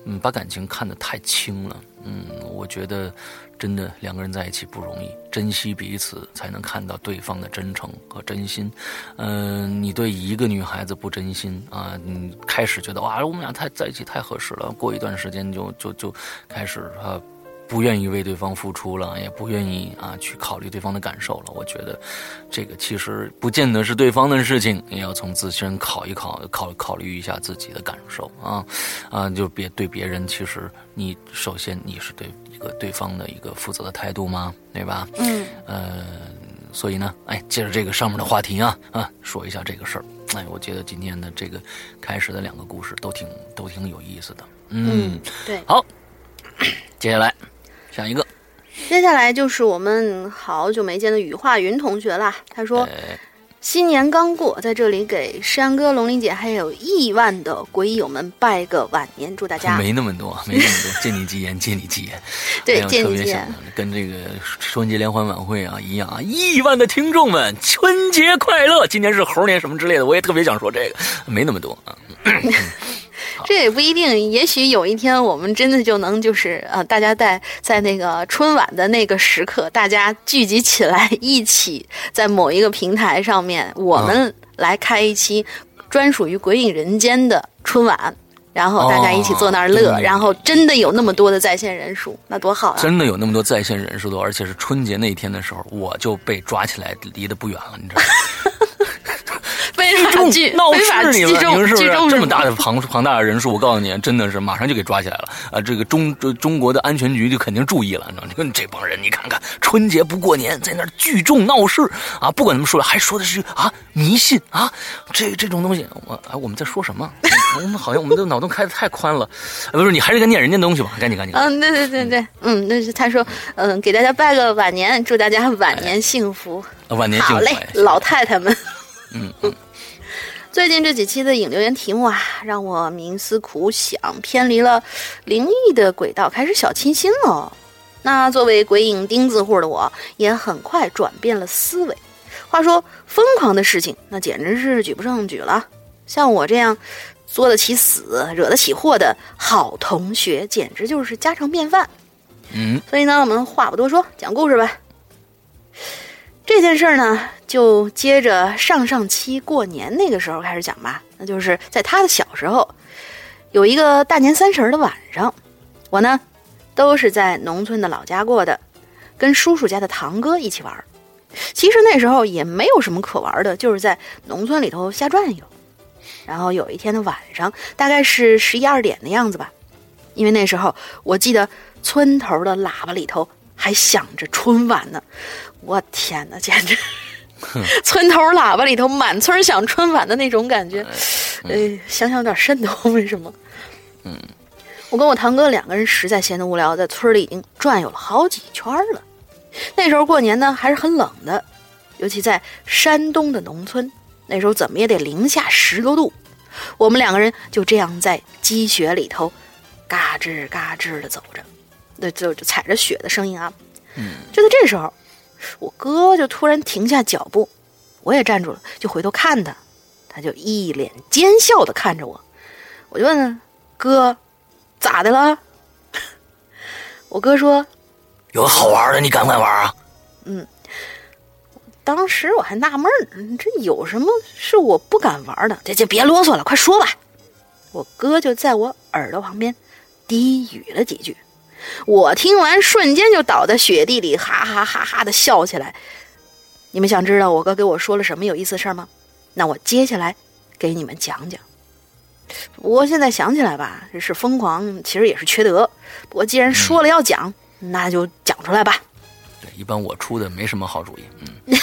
嗯，把感情看得太轻了。嗯，我觉得真的两个人在一起不容易，珍惜彼此才能看到对方的真诚和真心。嗯、呃，你对一个女孩子不真心啊，你开始觉得哇，我们俩太在一起太合适了，过一段时间就就就开始啊。不愿意为对方付出了，也不愿意啊去考虑对方的感受了。我觉得，这个其实不见得是对方的事情，也要从自身考一考，考考虑一下自己的感受啊啊！就别对别人，其实你首先你是对一个对方的一个负责的态度吗？对吧？ 嗯。 呃，所以呢，哎，接着这个上面的话题啊啊，说一下这个事儿。哎，我觉得今天的这个开始的两个故事都挺都挺有意思的。嗯， 嗯对。 好，接下来。下一个， 接下来就是我们好久没见的羽化云同学啦。他说， 哎、 新年刚过，在这里给山哥、龙玲姐还有亿万的鬼友们拜个晚年，祝大家没那么多，没那么多，借你吉言，借你吉言。 对，借你吉言， 跟这个春节联欢晚会啊一样啊，亿万的听众们，春节快乐！今年是猴年什么之类的，我也特别想说这个，没那么多啊。 这也不一定，也许有一天我们真的就能就是呃，大家在在那个春晚的那个时刻，大家聚集起来，一起在某一个平台上面，我们来开一期专属于鬼影人间的春晚，然后大家一起坐那儿乐，哦、然后真的有那么多的在线人数，那多好啊！ 真的有那么多在线人数的，而且是春节那一天的时候，我就被抓起来，离得不远了，你知道吗？ 非法聚闹事，你们你们是不是这么大的庞庞大的人数？我告诉你，真的是马上就给抓起来了啊！这个中中国的安全局就肯定注意了，你知道吗？这帮人，你看看春节不过年，在那儿聚众闹事啊！不管他们说，还说的是啊迷信啊，这这种东西，我啊我们在说什么？我们好像我们的脑洞开得太宽了，不是？你还是该念人家东西吧？赶紧赶紧！ 嗯，对对对对，嗯，那是他说，嗯，给大家拜个晚年，祝大家晚年幸福， 哎、晚年幸福。 好嘞，老太太们。 嗯嗯。 最近这几期的影留言题目啊，让我冥思苦想，偏离了灵异的轨道，开始小清新了。那作为鬼影钉子户的我，也很快转变了思维。话说，疯狂的事情那简直是举不胜举了。像我这样作得起死、惹得起祸的好同学，简直就是家常便饭。 嗯， 所以呢，我们话不多说，讲故事吧。这件事儿呢，就接着上上期过年那个时候开始讲吧。那就是在他的小时候，有一个大年三十的晚上，我呢都是在农村的老家过的，跟叔叔家的堂哥一起玩。其实那时候也没有什么可玩的，就是在农村里头瞎转悠。然后有一天的晚上，大概是十一二点的样子吧，因为那时候我记得村头的喇叭里头还响着春晚呢。我天哪，简直村头喇叭里头满村响春晚的那种感觉，呃，想想有点瘆得慌。为什么？ 嗯， 我跟我堂哥两个人实在闲得无聊，在村里已经转悠了好几圈了。那时候过年呢还是很冷的，尤其在山东的农村，那时候怎么也得零下十多度。我们两个人就这样在积雪里头嘎吱嘎吱的走着，那就就踩着雪的声音啊。 嗯，就在这时候，我哥就突然停下脚步，我也站住了，就回头看他，他就一脸奸笑的看着我。我就问他，哥，咋的了？我哥说， 有个好玩的，你敢不敢玩啊？ 嗯，当时我还纳闷儿，这有什么是我不敢玩的？这这别啰嗦了，快说吧。我哥就在我耳朵旁边低语了几句。我听完瞬间就倒在雪地里，哈哈哈哈的笑起来。你们想知道我哥给我说了什么有意思的事吗？那我接下来给你们讲讲。不过现在想起来吧，这是疯狂，其实也是缺德。不过既然说了要讲，嗯、那就讲出来吧。 对，一般我出的没什么好主意。嗯，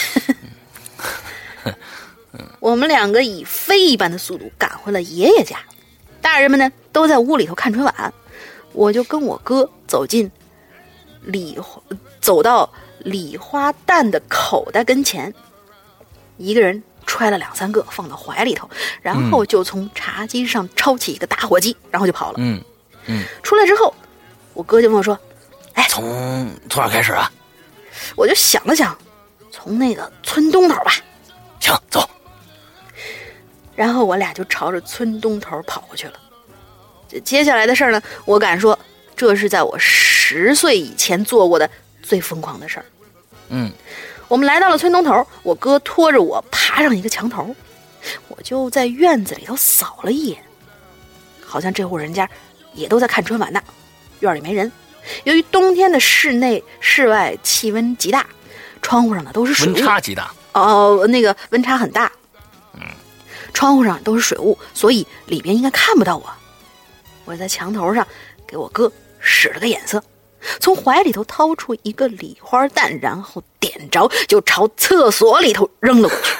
嗯我们两个以飞一般的速度赶回了爷爷家，大人们呢都在屋里头看春晚。我就跟我哥走进礼走到礼花弹的口袋跟前，一个人揣了两三个放到怀里头，然后就从茶几上抄起一个打火机，然后就跑了。 嗯嗯， 出来之后，我哥就问我说：“哎， 从从哪开始啊？” 我就想了想，从那个村东头吧。 行，走。 然后我俩就朝着村东头跑过去了。 接下来的事儿呢，我敢说，这是在我十岁以前做过的最疯狂的事儿。 嗯， 我们来到了村东头，我哥拖着我爬上一个墙头，我就在院子里头扫了一眼，好像这户人家也都在看春晚呢。院里没人，由于冬天的室内室外气温极大，窗户上呢都是水雾， 温差极大。 哦，那个温差很大。 嗯， 窗户上都是水雾，所以里边应该看不到我。我在墙头上给我哥使了个眼色，从怀里头掏出一个礼花弹，然后点着就朝厕所里头扔了过去。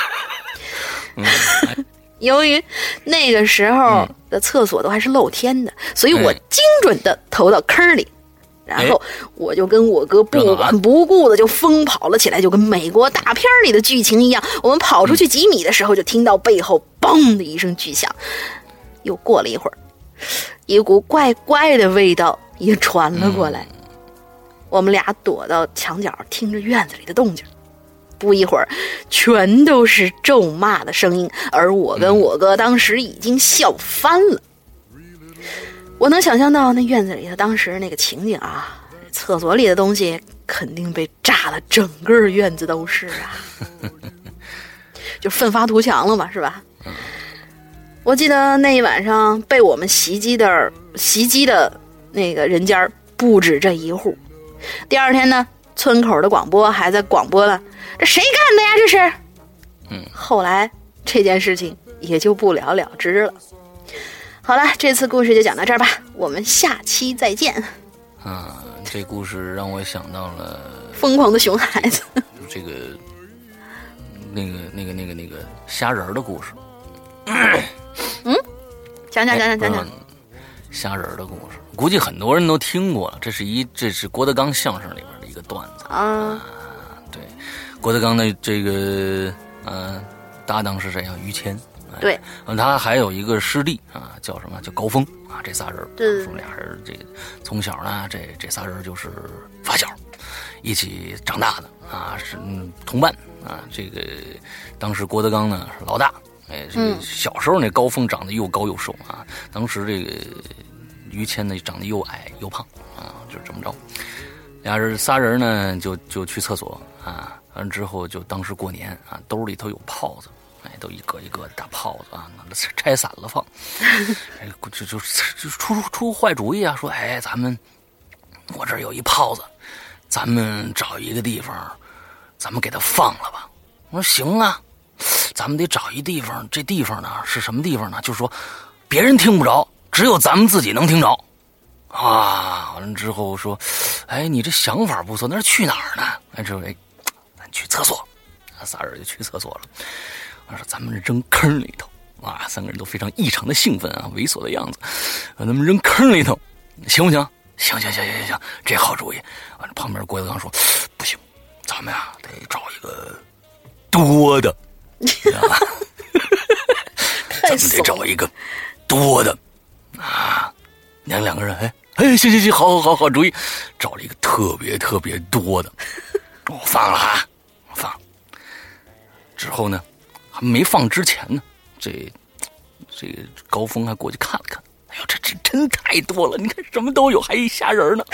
嗯， 由于那个时候的厕所都还是露天的，所以我精准的投到坑里，然后我就跟我哥不管不顾的就疯跑了起来，就跟美国大片里的剧情一样。我们跑出去几米的时候，就听到背后嘣的一声巨响。又过了一会儿，一股怪怪的味道也传了过来。我们俩躲到墙角，听着院子里的动静。不一会儿，全都是咒骂的声音，而我跟我哥当时已经笑翻了。我能想象到那院子里的当时那个情景啊，厕所里的东西肯定被炸了，整个院子都是啊，就奋发图强了嘛，是吧？我记得那一晚上被我们袭击的袭击的那个人家不止这一户。第二天呢，村口的广播还在广播了，这谁干的呀？这是。 嗯， 后来这件事情也就不了了之了。好了，这次故事就讲到这儿吧，我们下期再见。 啊，这故事让我想到了疯狂的熊孩子， 这个那个那个那个那个虾仁的故事。 嗯，讲讲讲讲讲讲虾仁的故事，估计很多人都听过了。这是一这是郭德纲相声里边的一个段子啊。 啊对，郭德纲的这个呃搭档是谁啊？于谦。 对， 他还有一个师弟啊，叫什么？叫高峰啊。这仨人， 对， 说俩人这个从小呢，这这仨人就是发小，一起长大的啊，是、嗯、同伴啊。这个当时郭德纲呢是老大，哎，这个小时候那高峰长得又高又瘦啊，当时这个于谦呢长得又矮又胖啊，就是这么着。俩人仨人呢就就去厕所啊，完之后就当时过年啊，兜里头有炮子。哎，都一个一个的大炮子啊，拆散了放，哎，就就就出出坏主意啊，说，哎，咱们我这儿有一炮子，咱们找一个地方，咱们给它放了吧。我说行啊，咱们得找一地方，这地方呢是什么地方呢？就是说别人听不着，只有咱们自己能听着啊。完了之后说，哎，你这想法不错，那是去哪儿呢？哎，之后哎，咱去厕所，仨人就去厕所了。说咱们扔坑里头啊！三个人都非常异常的兴奋啊，猥琐的样子。咱们扔坑里头，行不行？行行行行行行，这好主意。完了，旁边郭德纲说：“不行，咱们呀、啊、得找一个多的，啊、咱们得找一个多的啊！”两两个人，哎哎，行行行，好好好好主意，找了一个特别特别多的，我放了哈，我放了。之后呢？还没放之前呢，这这个高峰还过去看了看，哎呦，这这真太多了！你看什么都有，还一虾仁呢。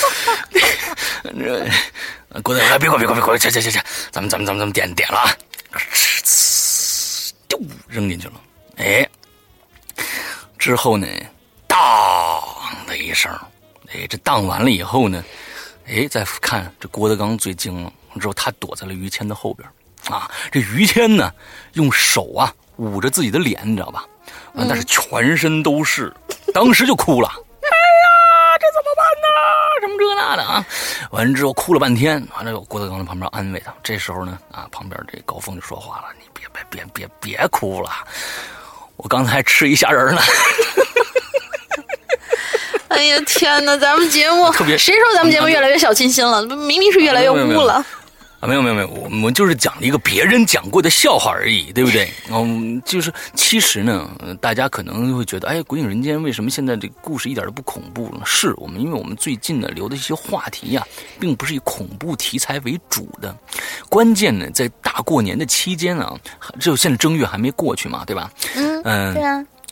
这郭德纲，别过别过别过，去去去去，咱们咱们咱们咱们点点了啊，就扔进去了。哎，之后呢，当的一声，哎，这当完了以后呢，哎，再看这郭德纲最精了，之后他躲在了于谦的后边。啊，这于谦呢，用手啊捂着自己的脸，你知道吧？啊，但是全身都是，当时就哭了。哎呀，这怎么办呢？什么这那的啊？完了之后哭了半天，完了郭德纲在旁边安慰他。这时候呢，啊，旁边这高峰就说话了：“你别别别别别哭了，我刚才吃一虾仁呢。” 哎呀天哪，咱们节目特别， 谁说咱们节目越来越小清新了？明明是越来越污了。 啊，没有没有没有，我们就是讲了一个别人讲过的笑话而已，对不对？嗯，就是其实呢，大家可能会觉得，哎，《鬼影人间》为什么现在这个故事一点都不恐怖呢？是我们因为我们最近呢留的一些话题呀、啊，并不是以恐怖题材为主的。关键呢，在大过年的期间啊，就现在正月还没过去嘛，对吧？ 嗯， 嗯， 对啊。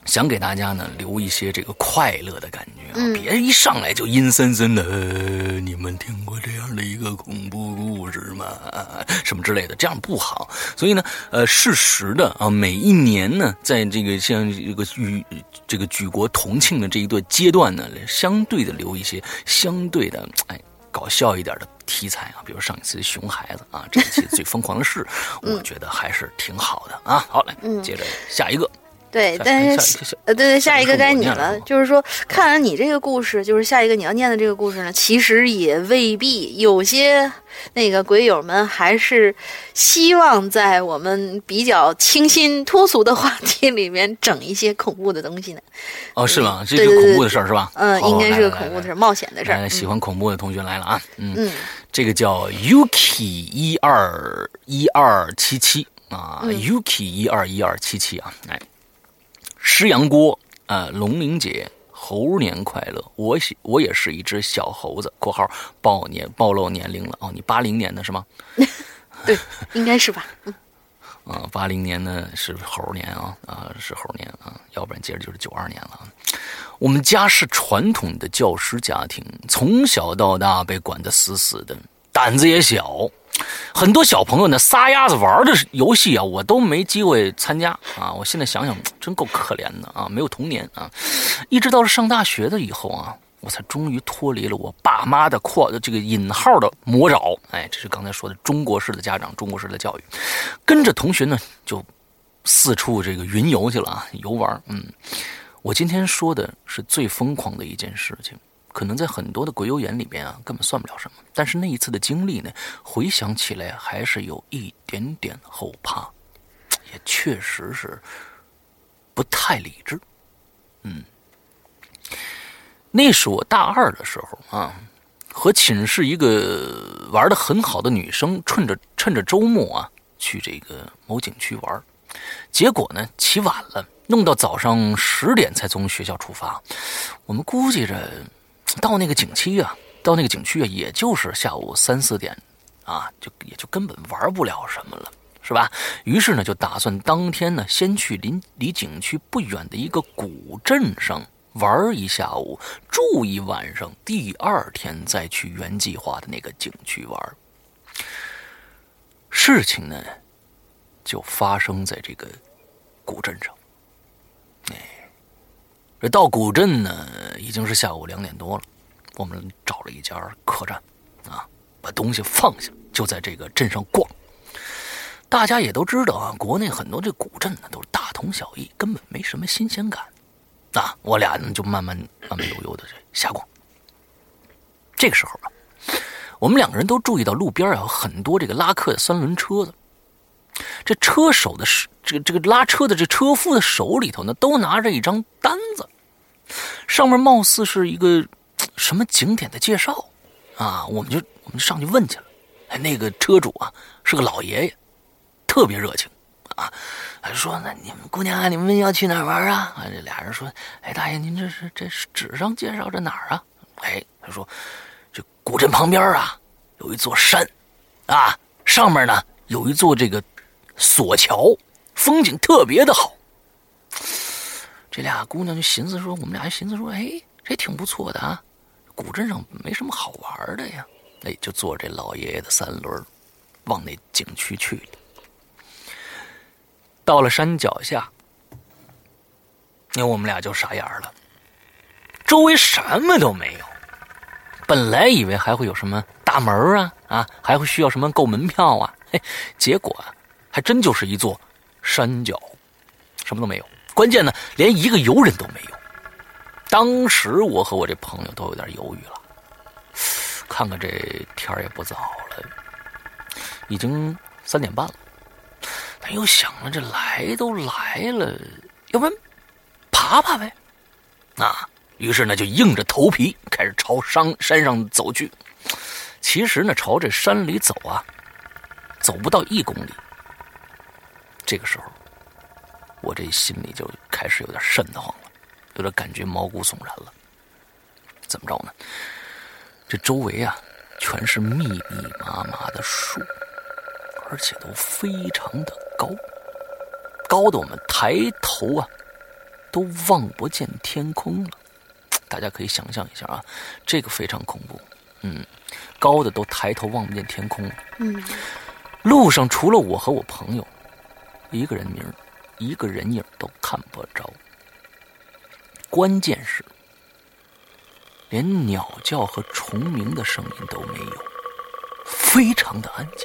想给大家呢留一些这个快乐的感觉啊， 嗯、 别一上来就阴森森的、呃。你们听过这样的一个恐怖故事吗？什么之类的，这样不好。所以呢，呃，适时的啊，每一年呢，在这个像这个与这个举国同庆的这一段阶段呢，相对的留一些相对的哎搞笑一点的题材啊，比如上一次熊孩子啊，这一期最疯狂的事， 嗯、 我觉得还是挺好的啊。好，来，接着下一个。 对，但是呃，对对，下一个该你了。就是说，看完你这个故事，就是下一个你要念的这个故事呢，其实也未必。有些那个鬼友们还是希望在我们比较清新脱俗的话题里面整一些恐怖的东西呢。 哦，是吗？这是恐怖的事儿是吧？ 嗯，应该是个恐怖的事儿，冒险的事儿。 喜欢恐怖的同学来了啊！嗯嗯，这个叫 Yuki 一二一二七七啊 ，Yuki 一二一二七七啊，哎。石羊锅，呃，龙玲姐，猴年快乐！我喜我也是一只小猴子（括号暴年暴露年龄了）哦，你八零年的是吗？ 对，应该是吧。嗯， 啊，八零年呢是猴年啊，啊是猴年啊，要不然接着就是九二年了。我们家是传统的教师家庭，从小到大被管得死死的，胆子也小。很多小朋友呢撒丫子玩的游戏啊，我都没机会参加啊。我现在想想，真够可怜的啊，没有童年啊。一直到了上大学的以后啊，我才终于脱离了我爸妈的括这个引号的魔爪。哎，这是刚才说的中国式的家长，中国式的教育，跟着同学呢就四处这个云游去了啊，游玩。嗯，我今天说的是最疯狂的一件事情。可能在很多的鬼友眼里边啊，根本算不了什么。但是那一次的经历呢，回想起来还是有一点点后怕，也确实是不太理智。嗯，那是我大二的时候啊，和寝室一个玩得很好的女生，趁着趁着周末啊，去这个某景区玩。结果呢，起晚了，弄到早上十点才从学校出发。我们估计着。到那个景区啊，到那个景区啊，也就是下午三四点，啊，就也就根本玩不了什么了，是吧？于是呢，就打算当天呢，先去离离景区不远的一个古镇上玩一下午，住一晚上，第二天再去原计划的那个景区玩。事情呢，就发生在这个古镇上。哎。这到古镇呢，已经是下午两点多了。我们找了一家客栈，啊，把东西放下，就在这个镇上逛。大家也都知道啊，国内很多这古镇呢都是大同小异，根本没什么新鲜感。啊，我俩呢就慢慢慢慢悠悠的瞎逛。这个时候啊，我们两个人都注意到路边啊有很多这个拉客的三轮车子。这车手的这个这个拉车的这车夫的手里头呢，都拿着一张单子，上面貌似是一个什么景点的介绍啊。我们就我们就上去问去了。哎，那个车主啊是个老爷爷，特别热情啊，还说那你们姑娘啊，你们要去哪儿玩啊？啊，这俩人说，哎，大爷您这是这是纸上介绍着哪儿啊？哎，他说这古镇旁边啊有一座山啊，上面呢有一座这个索桥，风景特别的好。这俩姑娘就寻思说，我们俩就寻思说，哎，这挺不错的啊，古镇上没什么好玩的呀。哎，就坐这老爷爷的三轮，往那景区去了。到了山脚下，那我们俩就傻眼了，周围什么都没有。本来以为还会有什么大门啊啊，还会需要什么购门票啊，嘿，结果啊，还真就是一座山脚，什么都没有。关键呢，连一个游人都没有。当时我和我这朋友都有点犹豫了，看看这天也不早了，已经三点半了。但又想了，这来都来了，要不然爬爬呗。啊，于是呢就硬着头皮开始朝山山上走去。其实呢，朝这山里走啊，走不到一公里。这个时候，我这心里就开始有点瘆得慌了，有点感觉毛骨悚然了。怎么着呢？这周围啊，全是密密麻麻的树，而且都非常的高，高的我们抬头啊， 都望不见天空了。大家可以想象一下啊，这个非常恐怖。嗯，高的都抬头望不见天空了。 嗯， 路上除了我和我朋友，一个人名一个人影都看不着。关键是连鸟叫和虫鸣的声音都没有，非常的安静。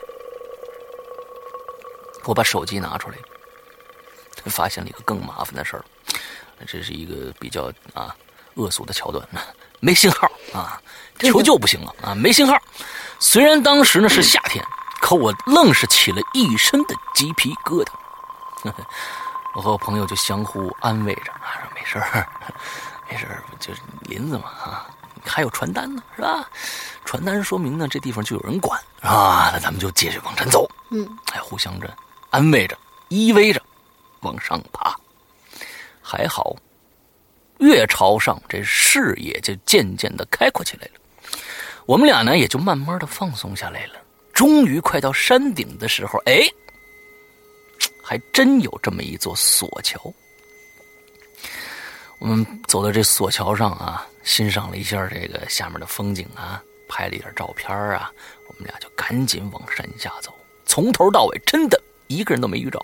我把手机拿出来，发现了一个更麻烦的事儿。这是一个比较啊恶俗的桥段，没信号啊，求救不行了啊，没信号。虽然当时呢是夏天，可我愣是起了一身的鸡皮疙瘩。呵呵，我和我朋友就相互安慰着啊，说没事儿，没事儿，就是林子嘛啊，还有传单呢，是吧？传单说明呢这地方就有人管啊，那咱们就接着往前走。 嗯， 还互相着安慰着，依偎着往上爬。还好，越朝上，这视野就渐渐的开阔起来了。我们俩呢，也就慢慢的放松下来了。终于快到山顶的时候，哎，还真有这么一座索桥。我们走到这索桥上啊，欣赏了一下这个下面的风景啊，拍了一点照片啊，我们俩就赶紧往山下走。从头到尾，真的一个人都没遇着。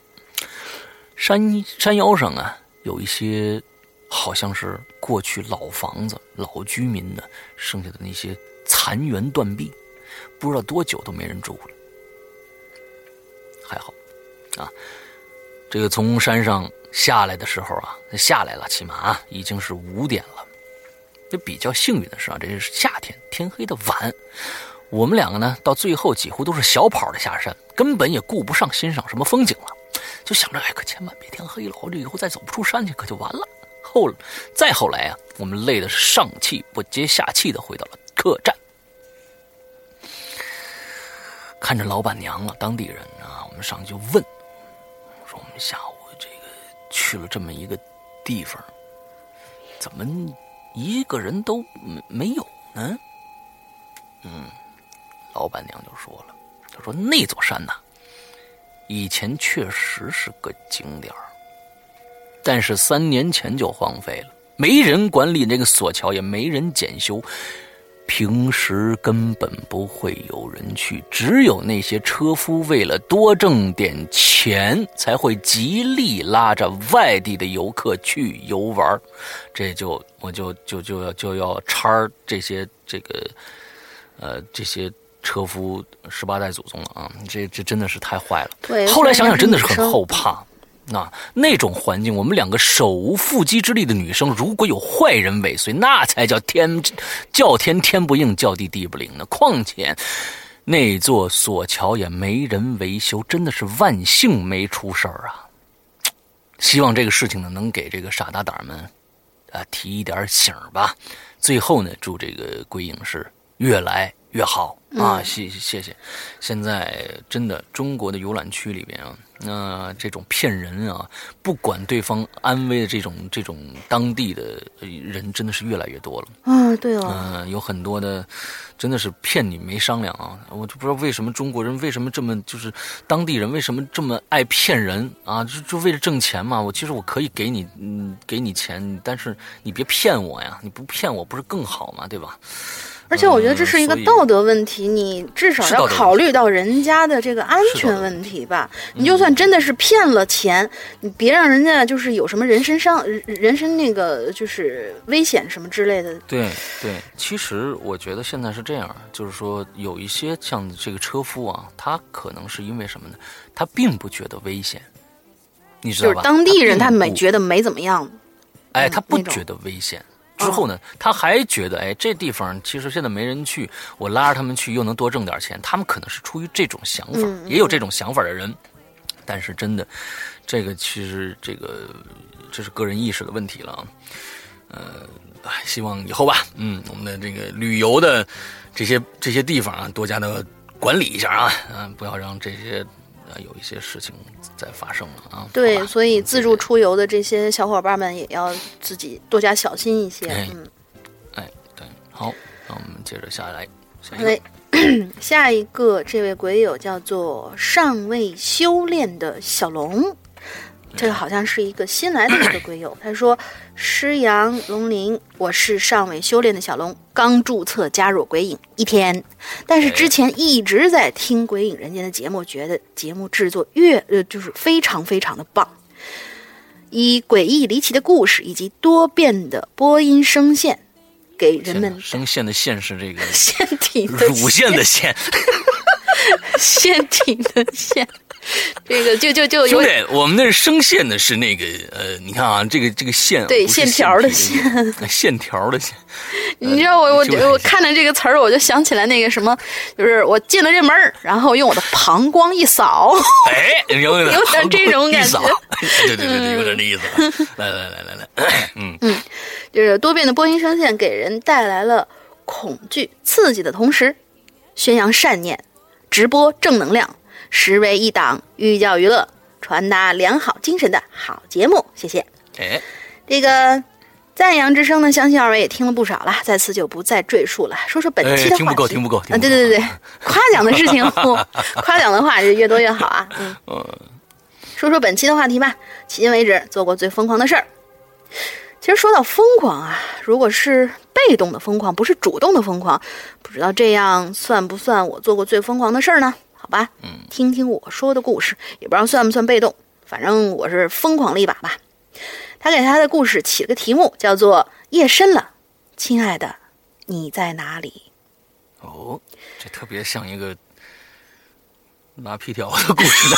山山腰上啊，有一些好像是过去老房子、老居民的剩下的那些残垣断壁，不知道多久都没人住了。还好啊，这个从山上下来的时候啊，下来了，起码啊已经是五点了。这比较幸运的是啊，这是夏天，天黑的晚。我们两个呢，到最后几乎都是小跑的下山，根本也顾不上欣赏什么风景了，就想着，哎，可千万别天黑了，我这以后再走不出山去，可就完了。后再后来啊，我们累的是上气不接下气的回到了客栈，看着老板娘了，当地人啊，我们上去就问，说我们下午这个去了这么一个地方，怎么一个人都没有呢？嗯，老板娘就说了，她说那座山呐、啊，以前确实是个景点，但是三年前就荒废了，没人管理这个索桥，也没人检修，平时根本不会有人去，只有那些车夫为了多挣点钱，才会极力拉着外地的游客去游玩。这就我就就就要就要插这些这个。呃，这些车夫十八代祖宗了啊！这这真的是太坏了。 对， 后来想想真的是很后怕。那那种环境，我们两个手无缚鸡之力的女生，如果有坏人尾随，那才叫天叫天天不应，叫地地不灵呢。况且那座索桥也没人维修，真的是万幸没出事儿啊！希望这个事情呢，能给这个傻大胆们啊提一点醒吧。最后呢，祝这个鬼影是越来越好啊！谢谢谢。现在真的中国的游览区里边啊，那、呃、这种骗人啊，不管对方安危的这种这种当地的人，真的是越来越多了。 啊，对哦， 嗯、呃，有很多的，真的是骗你没商量啊！我就不知道为什么中国人为什么这么就是当地人为什么这么爱骗人啊？就就为了挣钱嘛。我其实我可以给你嗯给你钱，但是你别骗我呀！你不骗我不是更好吗？对吧？ 而且我觉得这是一个道德问题，嗯、你至少要考虑到人家的这个安全问题吧。你就算真的是骗了钱，你别让人家就是有什么人身伤、人身那个就是危险什么之类的。 对对，其实我觉得现在是这样，就是说有一些像这个车夫啊，他可能是因为什么呢？他并不觉得危险，你知道吧？ 就是当地人他没觉得没怎么样， 哎，他不觉得危险。之后呢，他还觉得，哎，这地方其实现在没人去，我拉着他们去又能多挣点钱。他们可能是出于这种想法， 嗯、 也有这种想法的人。但是真的，这个其实这个这是个人意识的问题了啊。呃，希望以后吧，嗯，我们的这个旅游的这些这些地方啊，多加的管理一下啊，啊，不要让这些。有一些事情在发生了啊！ 对，所以自助出游的这些小伙伴们也要自己多加小心一些。 哎、 嗯， 哎，对，好，那我们接着下来。下一个，下一个这位鬼友叫做尚未修炼的小龙， 这个好像是一个新来的一个鬼友，他说：“师阳龙鳞，我是尚未修炼的小龙，刚注册加入鬼影一天，但是之前一直在听鬼影人间的节目，觉得节目制作越呃就是非常非常的棒，以诡异离奇的故事以及多变的播音声线，给人们声线的线是这个腺体的乳腺的腺， 腺体的腺。”这个就就就兄弟，我们那声线的是那个呃，你看啊，这个这个线对线条的线，线条的线。 你知道我我我看着这个词儿，我就想起来那个什么，就是我进了这门，然后用我的膀胱一扫， 哎，有点有点这种感觉， 对对对对，有点这意思。来来来来来，嗯嗯，就是多变的播音声线给人带来了恐惧、刺激的同时，宣扬善念，直播正能量。实为一档寓教于乐、传达良好精神的好节目，谢谢。 哎， 这个赞扬之声呢，相信二位也听了不少了，在此就不再赘述了。说说本期的话题， 哎、听不够，听不够，听不够啊！对对对对，夸奖的事情，夸奖的话是越多越好啊。嗯，说说本期的话题吧。迄今为止做过最疯狂的事儿。其实说到疯狂啊，如果是被动的疯狂，不是主动的疯狂，不知道这样算不算我做过最疯狂的事儿呢？好吧， 嗯， 听听我说的故事，也不知道算不算被动，反正我是疯狂了一把吧。他给他的故事起了个题目，叫做“夜深了，亲爱的，你在哪里？” 哦，这特别像一个拉皮条的故事呢。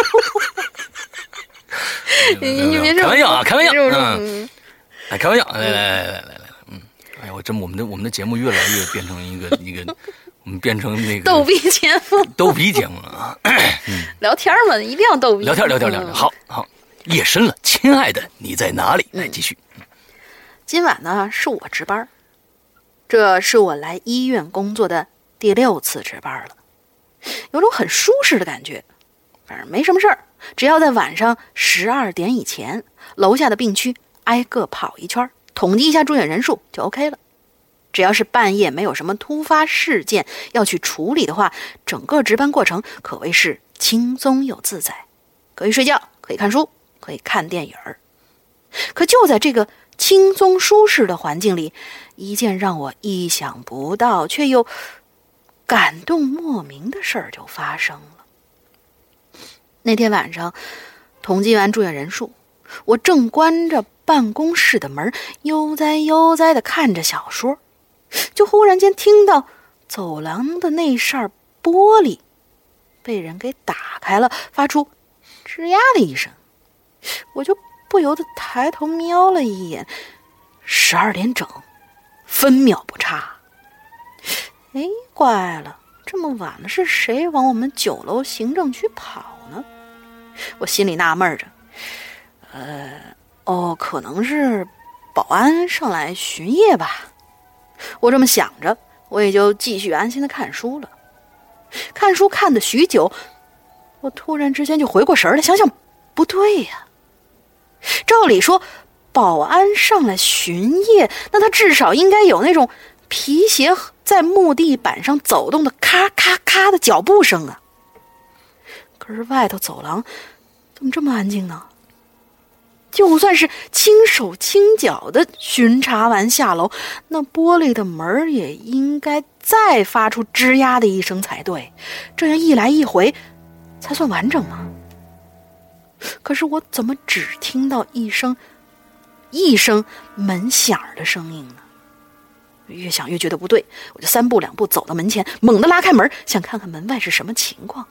你别开玩笑啊，开玩笑， 嗯， 哎，开玩笑，来来来来来来，嗯，哎呀，我真我们的我们的节目越来越变成一个一个。我们变成那个逗逼节目， 逗逼节目了啊！嗯、 聊天嘛，一定要逗逼。 聊天，聊天，聊天。好好，夜深了，亲爱的，你在哪里？来，继续。 今晚呢，是我值班，这是我来医院工作的第六次值班了，有种很舒适的感觉。反正没什么事儿，只要在晚上十二点以前，楼下的病区挨个跑一圈，统计一下住院人数就 OK 了。只要是半夜没有什么突发事件要去处理的话，整个值班过程可谓是轻松又自在，可以睡觉，可以看书，可以看电影儿。可就在这个轻松舒适的环境里，一件让我意想不到却又感动莫名的事儿就发生了。那天晚上统计完住院人数，我正关着办公室的门，悠哉悠哉地看着小说，就忽然间听到走廊的那扇玻璃被人给打开了，发出吱呀的一声，我就不由得抬头瞄了一眼，十二点整，分秒不差。哎，怪了，这么晚了，是谁往我们九楼行政区跑呢？我心里纳闷着，呃，哦，可能是保安上来巡夜吧。我这么想着，我也就继续安心的看书了。看书看得许久，我突然之间就回过神来，想想不对呀。照理说，保安上来巡夜，那他至少应该有那种皮鞋在木地板上走动的咔咔咔的脚步声啊。可是外头走廊怎么这么安静呢？就算是轻手轻脚的巡查完下楼，那玻璃的门也应该再发出吱呀的一声才对，这样一来一回才算完整吗？可是我怎么只听到一声一声门响的声音呢？越想越觉得不对，我就三步两步走到门前，猛地拉开门，想看看门外是什么情况。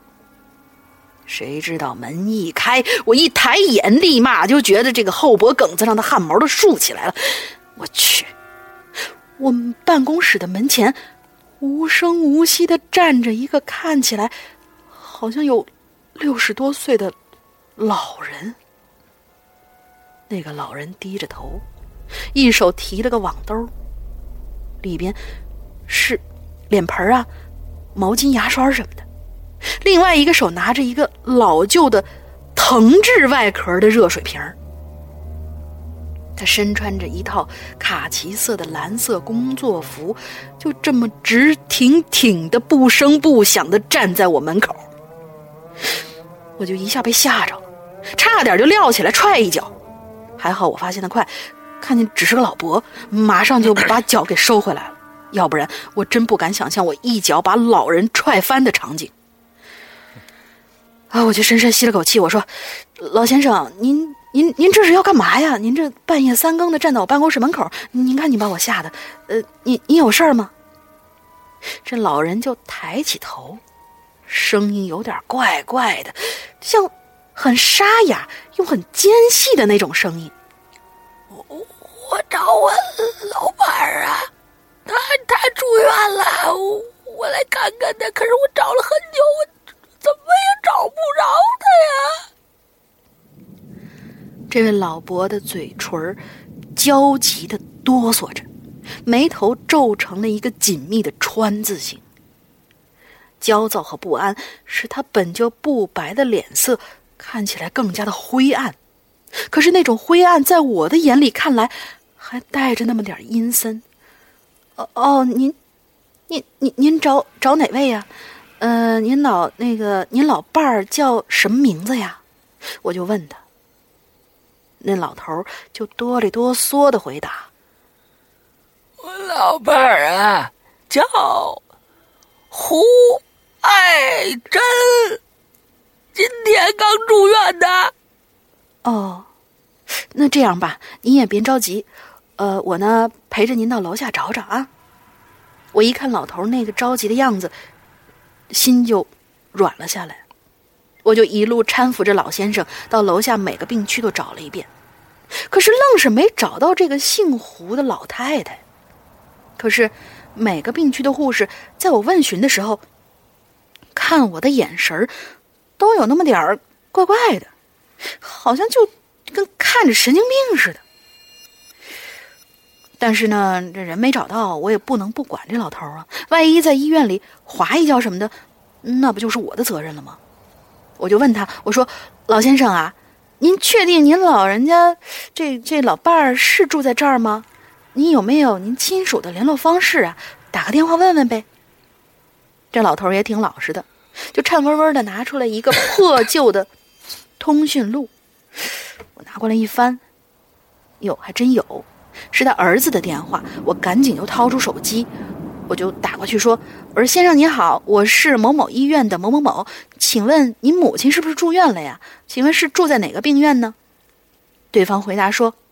谁知道门一开，我一抬眼，立马就觉得这个后脖梗子上的汗毛都竖起来了。我去，我们办公室的门前无声无息地站着一个看起来好像有六十多岁的老人。那个老人低着头，一手提了个网兜，里边是脸盆啊、毛巾、牙刷什么的，另外一个手拿着一个老旧的藤制外壳的热水瓶。他身穿着一套卡其色的蓝色工作服，就这么直挺挺的不声不响的站在我门口。我就一下被吓着了， 差点就撂起来踹一脚。还好我发现的快，看见只是个老伯，马上就把脚给收回来了，要不然我真不敢想象我一脚把老人踹翻的场景。啊！我就深深吸了口气，我说：“老先生，您您您这是要干嘛呀？您这半夜三更的站到我办公室门口，您看您把我吓的，呃，您您有事儿吗？”这老人就抬起头，声音有点怪怪的，像很沙哑又很尖细的那种声音。 我我找我老伴儿啊，他他住院了，我我来看看他，可是我找了很久，我怎么也找不着他呀。 这位老伯的嘴唇焦急地哆嗦着，眉头皱成了一个紧密的川字形。焦躁和不安使他本就不白的脸色看起来更加的灰暗，可是那种灰暗在我的眼里看来还带着那么点阴森。哦哦，您您您您找找哪位呀？呃，您老那个您老伴儿叫什么名字呀？我就问他。那老头就哆里哆嗦的回答：“ 我老伴儿啊，叫胡爱珍，今天刚住院的。” 哦，那这样吧，您也别着急，呃，我呢陪着您到楼下找找啊。我一看老头那个着急的样子，心就软了下来。我就一路搀扶着老先生到楼下每个病区都找了一遍，可是愣是没找到这个姓胡的老太太。可是每个病区的护士在我问询的时候，看我的眼神都有那么点儿怪怪的，好像就跟看着神经病似的。但是呢，这人没找到，我也不能不管这老头啊，万一在医院里滑一跤什么的，那不就是我的责任了吗？我就问他，我说：“老先生啊，您确定您老人家这这老伴儿是住在这儿吗？您有没有您亲属的联络方式啊？打个电话问问呗。”这老头也挺老实的，就颤巍巍的拿出来一个破旧的通讯录。我拿过来一翻，哟，还真有，是他儿子的电话。我赶紧就掏出手机，我就打过去说：“我说先生您好，我是某某医院的某某某，请问您母亲是不是住院了呀？请问是住在哪个病院呢？”对方回答说：“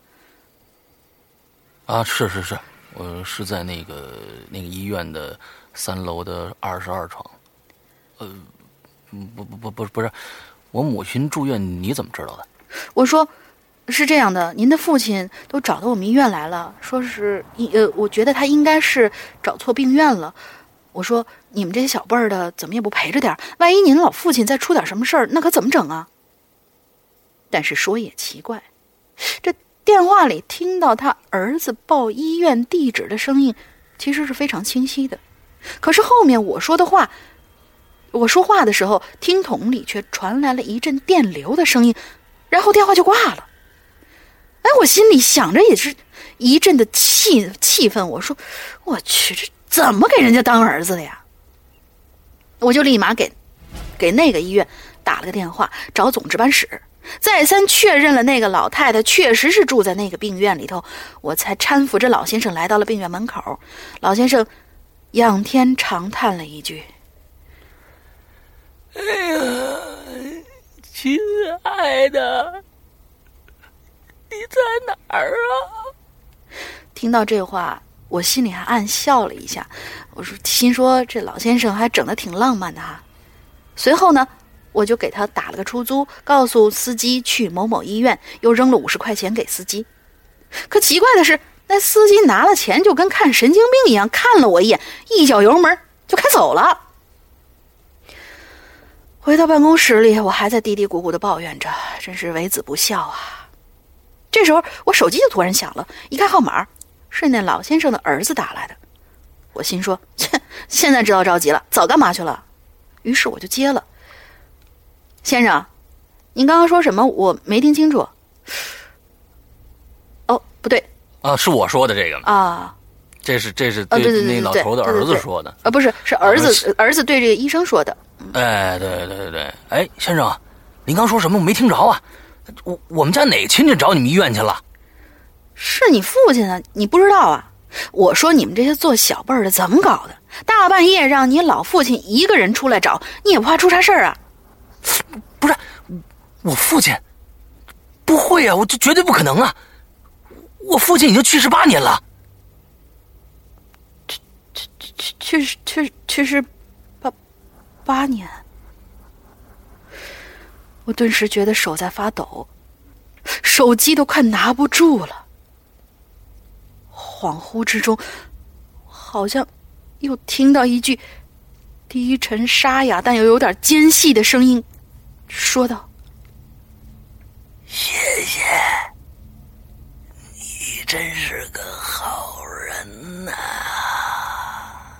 啊，是是是，我是在那个那个医院的三楼的二十二床。呃，不不不不不是，我母亲住院，你怎么知道的？” 我说：“是这样的，您的父亲都找到我们医院来了，说是呃，我觉得他应该是找错病院了。我说你们这些小辈儿的怎么也不陪着点，万一您老父亲再出点什么事儿，那可怎么整啊？”但是说也奇怪，这电话里听到他儿子报医院地址的声音其实是非常清晰的，可是后面我说的话我说话的时候，听筒里却传来了一阵电流的声音，然后电话就挂了。哎，我心里想着也是一阵的气气愤，我说我去，这怎么给人家当儿子的呀？我就立马给给那个医院打了个电话，找总值班室，再三确认了那个老太太确实是住在那个病院里头，我才搀扶着老先生来到了病院门口。老先生仰天长叹了一句：“ 哎呀，亲爱的，你在哪儿啊？” 听到这话，我心里还暗笑了一下，我说心说这老先生还整得挺浪漫的哈。随后呢，我就给他打了个出租，告诉司机去某某医院，又扔了五十块钱给司机。可奇怪的是，那司机拿了钱就跟看神经病一样，看了我一眼，一脚油门就开走了。回到办公室里，我还在嘀嘀咕咕的抱怨着，真是为子不孝啊。这时候我手机就突然响了，一看号码是那老先生的儿子打来的。我心说，切，现在知道着急了，早干嘛去了？于是我就接了。先生，您刚刚说什么？我没听清楚。哦，不对啊，是我说的这个啊， 这是这是对、哦、对对对那老头的儿子说的啊，不是，是儿子、啊、儿子对这个医生说的。 哎，对对对对，哎，先生，您刚说什么？我没听着啊。 我我们家哪亲戚找你们医院去了？ 是你父亲啊，你不知道啊？我说你们这些做小辈儿的怎么搞的？大半夜让你老父亲一个人出来找，你也不怕出啥事儿啊？ 不是，我父亲不会啊，我这绝对不可能啊！我父亲已经去世八年了。 去去去世去去世八八年，我顿时觉得手在发抖，手机都快拿不住了。恍惚之中，好像又听到一句低沉沙哑但又有点尖细的声音说道： 谢谢，你真是个好人呐、啊。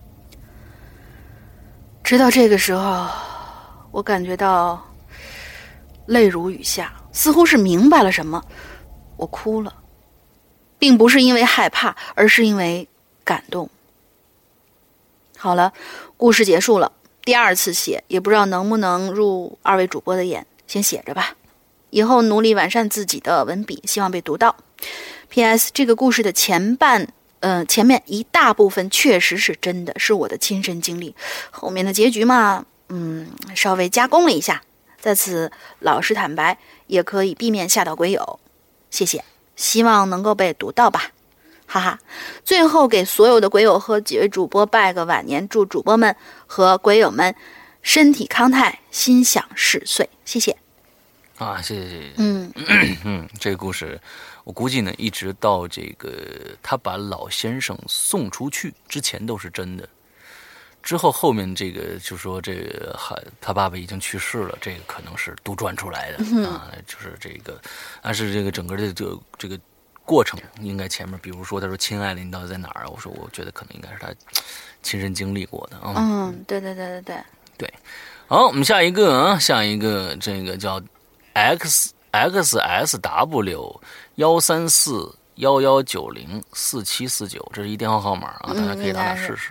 直到这个时候，我感觉到泪如雨下，似乎是明白了什么，我哭了，并不是因为害怕，而是因为感动。好了，故事结束了，第二次写，也不知道能不能入二位主播的眼，先写着吧，以后努力完善自己的文笔，希望被读到。P S 这个故事的前半呃，前面一大部分确实是真的，是我的亲身经历，后面的结局嘛，嗯，稍微加工了一下，在此老实坦白，也可以避免吓到鬼友。谢谢，希望能够被读到吧，哈哈。最后给所有的鬼友和几位主播拜个晚年，祝主播们和鬼友们身体康泰，心想事遂。谢谢。 啊，谢谢谢谢。 嗯嗯，这个故事，我估计呢，一直到这个他把老先生送出去之前都是真的。之后后面这个就说这个还他爸爸已经去世了，这个可能是杜撰出来的、嗯、啊，就是这个，但是这个整个的这个这个过程，应该前面比如说他说亲爱的你到底在哪儿啊？我说我觉得可能应该是他亲身经历过的啊。 嗯，对对对对对对。好，我们下一个啊，下一个这个叫 X X S W 幺三四幺幺九零四七四九，这是一电话号码啊，大家可以打打试试。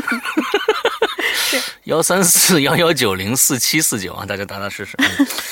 幺三四幺幺九零四七四九啊，大家打打试试。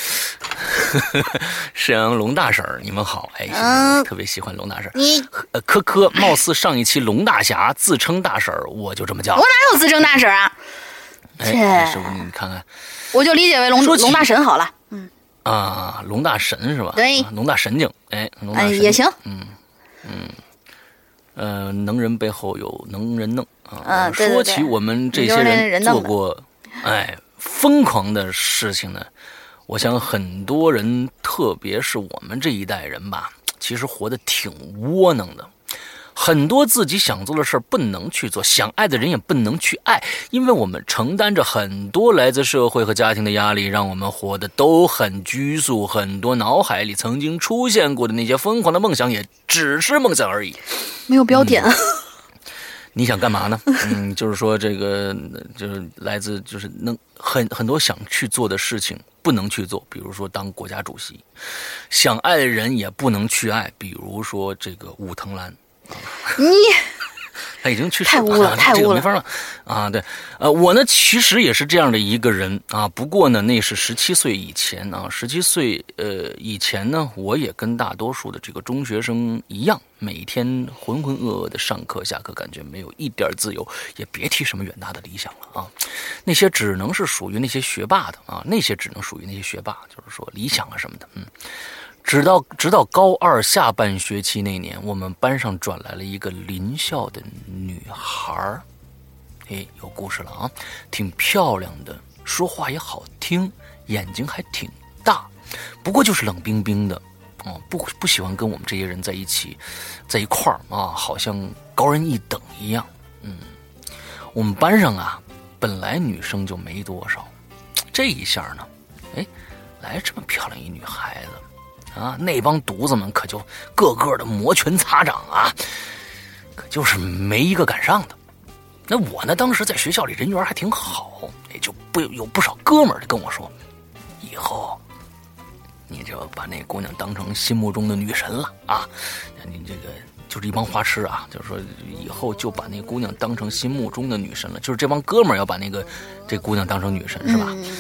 沈阳龙大婶儿，你们好，哎，嗯、特别喜欢龙大婶儿。 你呃，科科，貌似上一期龙大侠自称大婶儿，我就这么叫。 我哪有自称大婶儿啊？ 哎，师傅你看看， 我就理解为龙龙大神好了。嗯啊，龙大神是吧？ 对， 龙大神经，哎，龙大神经、 哎、也行。 嗯嗯。呃，能人背后有能人弄啊！ 嗯、对对对， 说起我们这些人做过，哎，疯狂的事情呢，我想很多人，特别是我们这一代人吧，其实活得挺窝囊的。很多自己想做的事儿不能去做，想爱的人也不能去爱，因为我们承担着很多来自社会和家庭的压力，让我们活得都很拘束。很多脑海里曾经出现过的那些疯狂的梦想，也只是梦想而已， 没有标点。 嗯、你想干嘛呢？嗯，就是说这个，就是来自就是能很很多想去做的事情不能去做，比如说当国家主席；想爱的人也不能去爱，比如说这个武藤兰。 你他已经去世太污了，太污了， 这个没法了啊！对，呃，我呢其实也是这样的一个人啊，不过呢，那是十七岁以前啊，十七岁呃以前呢，我也跟大多数的这个中学生一样，每天浑浑噩噩的上课下课，感觉没有一点自由，也别提什么远大的理想了啊！那些只能是属于那些学霸的啊，那些只能属于那些学霸，就是说理想啊什么的，嗯。直到直到高二下半学期那年，我们班上转来了一个邻校的女孩儿，哎，有故事了啊，挺漂亮的，说话也好听，眼睛还挺大，不过就是冷冰冰的，哦，不不喜欢跟我们这些人在一起，在一块儿啊，好像高人一等一样。嗯，我们班上啊，本来女生就没多少，这一下呢，哎，来这么漂亮一女孩子。啊，那帮犊子们可就个个的摩拳擦掌啊，可就是没一个赶上的。那我呢，当时在学校里人缘还挺好，也就不有不少哥们儿跟我说，以后你就把那姑娘当成心目中的女神了啊！你这个就是一帮花痴啊，就是说以后就把那姑娘当成心目中的女神了，就是这帮哥们儿要把那个这姑娘当成女神是吧？ 嗯、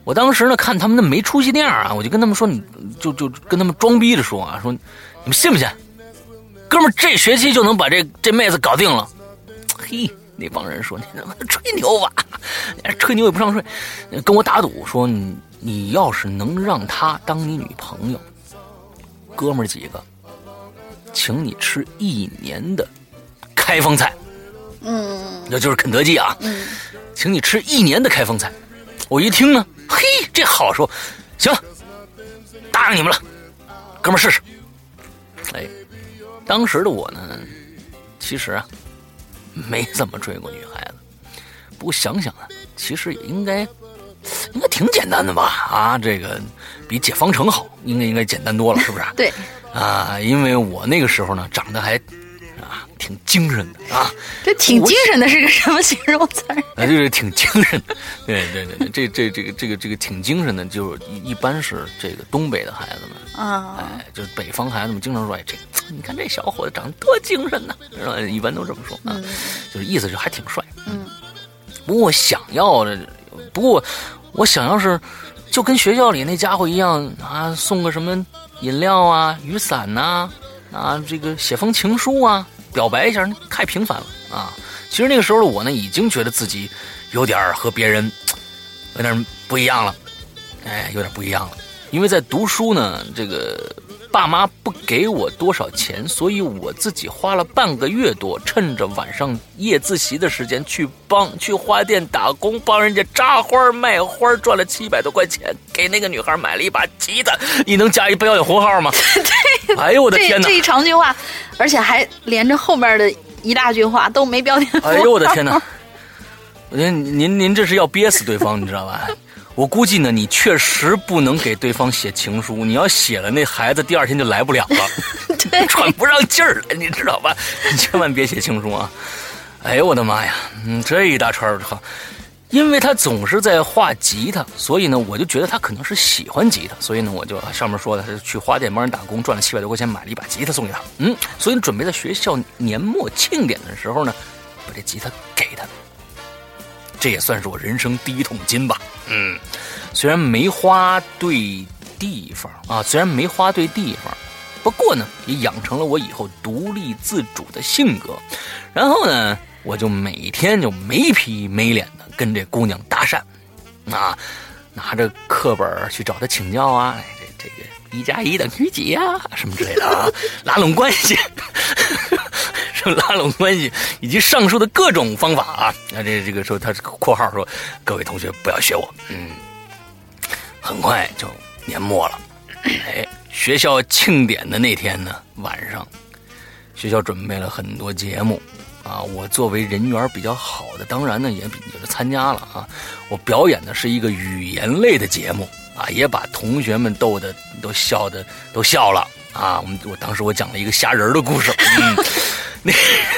我当时呢看他们那没出息那样啊，我就跟他们说，你就就跟他们装逼的说啊，说你们信不信？哥们儿这学期就能把这这妹子搞定了。嘿，那帮人说你他妈吹牛吧，吹牛也不上税，跟我打赌说你你要是能让她当你女朋友，哥们儿几个，请你吃一年的开封菜。 嗯， 那就是肯德基啊， 嗯， 请你吃一年的开封菜。我一听呢，嘿，这好说，行了，答应你们了，哥们儿试试。哎，当时的我呢，其实啊，没怎么追过女孩子。不过想想啊，其实也应该，应该挺简单的吧？啊，这个比解方程好，应该应该简单多了，是不是？ 对。 啊，因为我那个时候呢，长得还。啊，挺精神的啊！ 这挺精神的是个什么形容词？ 啊，就是挺精神的。对对对，这这这个这个这个挺精神的，就是一般是这个东北的孩子们啊，哎，就是北方孩子们经常说，哎，这你看这小伙子长得多精神呐，是吧？一般都这么说啊，嗯、就是意思是还挺帅。嗯，不过我想要的，不过我想要是就跟学校里那家伙一样啊，送个什么饮料啊、雨伞呐。啊，这个写封情书啊，表白一下，太平凡了啊！其实那个时候的我呢，已经觉得自己有点和别人有点不一样了，哎，有点不一样了。因为在读书呢，这个爸妈不给我多少钱，所以我自己花了半个月多，趁着晚上夜自习的时间去帮去花店打工，帮人家扎花卖花，赚了七百多块钱，给那个女孩买了一把吉他。你能加一标点符号吗？ 对， 哎呦我的天哪！ 这, 这一长句话，而且还连着后边的一大句话都没标点符号。 哎呦我的天哪！我觉得您您这是要憋死对方，你知道吧？我估计呢，你确实不能给对方写情书，你要写了，那孩子第二天就来不了了， 对， 喘不上劲儿来，你知道吧？你千万别写情书啊！哎呦我的妈呀，嗯，这一大串好，因为他总是在画吉他，所以呢，我就觉得他可能是喜欢吉他，所以呢，我就上面说的是去花店帮人打工，赚了七百多块钱，买了一把吉他送给他。嗯，所以准备在学校年末庆典的时候呢，把这吉他给他。这也算是我人生第一桶金吧。嗯，虽然没花对地方啊，虽然没花对地方，不过呢，也养成了我以后独立自主的性格。然后呢，我就每天就没皮没脸的跟这姑娘搭讪，啊，拿着课本去找她请教啊，这这个一加一等于几呀，什么之类的啊，拉拢关系。拉拢关系以及上述的各种方法啊，那这这个时候他括号说，各位同学不要学我。嗯，很快就年末了，哎，学校庆典的那天呢，晚上学校准备了很多节目啊，我作为人缘比较好的，当然呢也也是参加了啊。我表演的是一个语言类的节目啊，也把同学们逗得都笑的都笑了啊。我们我当时我讲了一个虾仁的故事。嗯那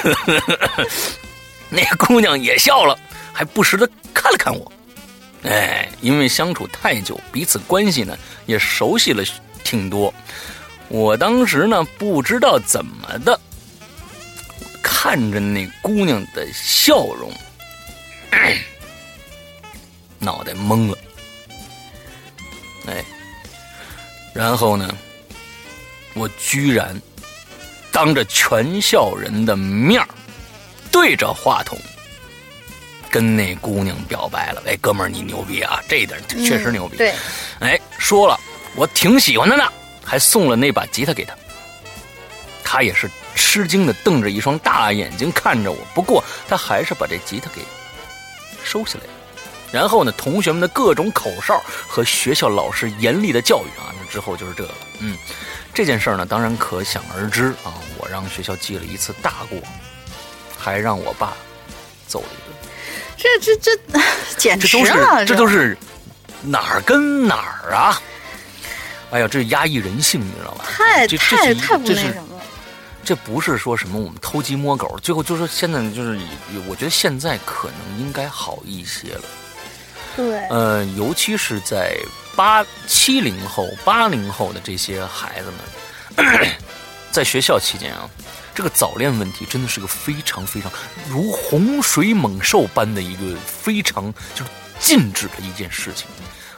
那个姑娘也笑了，还不时的看了看我。哎，因为相处太久，彼此关系呢也熟悉了挺多。我当时呢不知道怎么的，看着那姑娘的笑容，哎、脑袋懵了。哎，然后呢，我居然当着全校人的面对着话筒跟那姑娘表白了。哎，哥们儿，你牛逼啊！这一点确实牛逼。 嗯、对， 哎，说了我挺喜欢的呢，还送了那把吉他给他。他也是吃惊的瞪着一双大眼睛看着我，不过他还是把这吉他给收下来了。然后呢，同学们的各种口哨和学校老师严厉的教育啊，那之后就是这个了。嗯。这件事呢，当然可想而知啊！我让学校记了一次大过，还让我爸揍了一顿。 这这这，简直了！这都是哪儿跟哪儿啊？哎呀，这压抑人性，你知道吧？ 太这太太不那什么了。 这不是说什么我们偷鸡摸狗，最后就说现在就是，我觉得现在可能应该好一些了。 对。 呃，尤其是在八七零后、八零后的这些孩子们，在学校期间啊，这个早恋问题真的是个非常非常如洪水猛兽般的一个非常就是禁止的一件事情。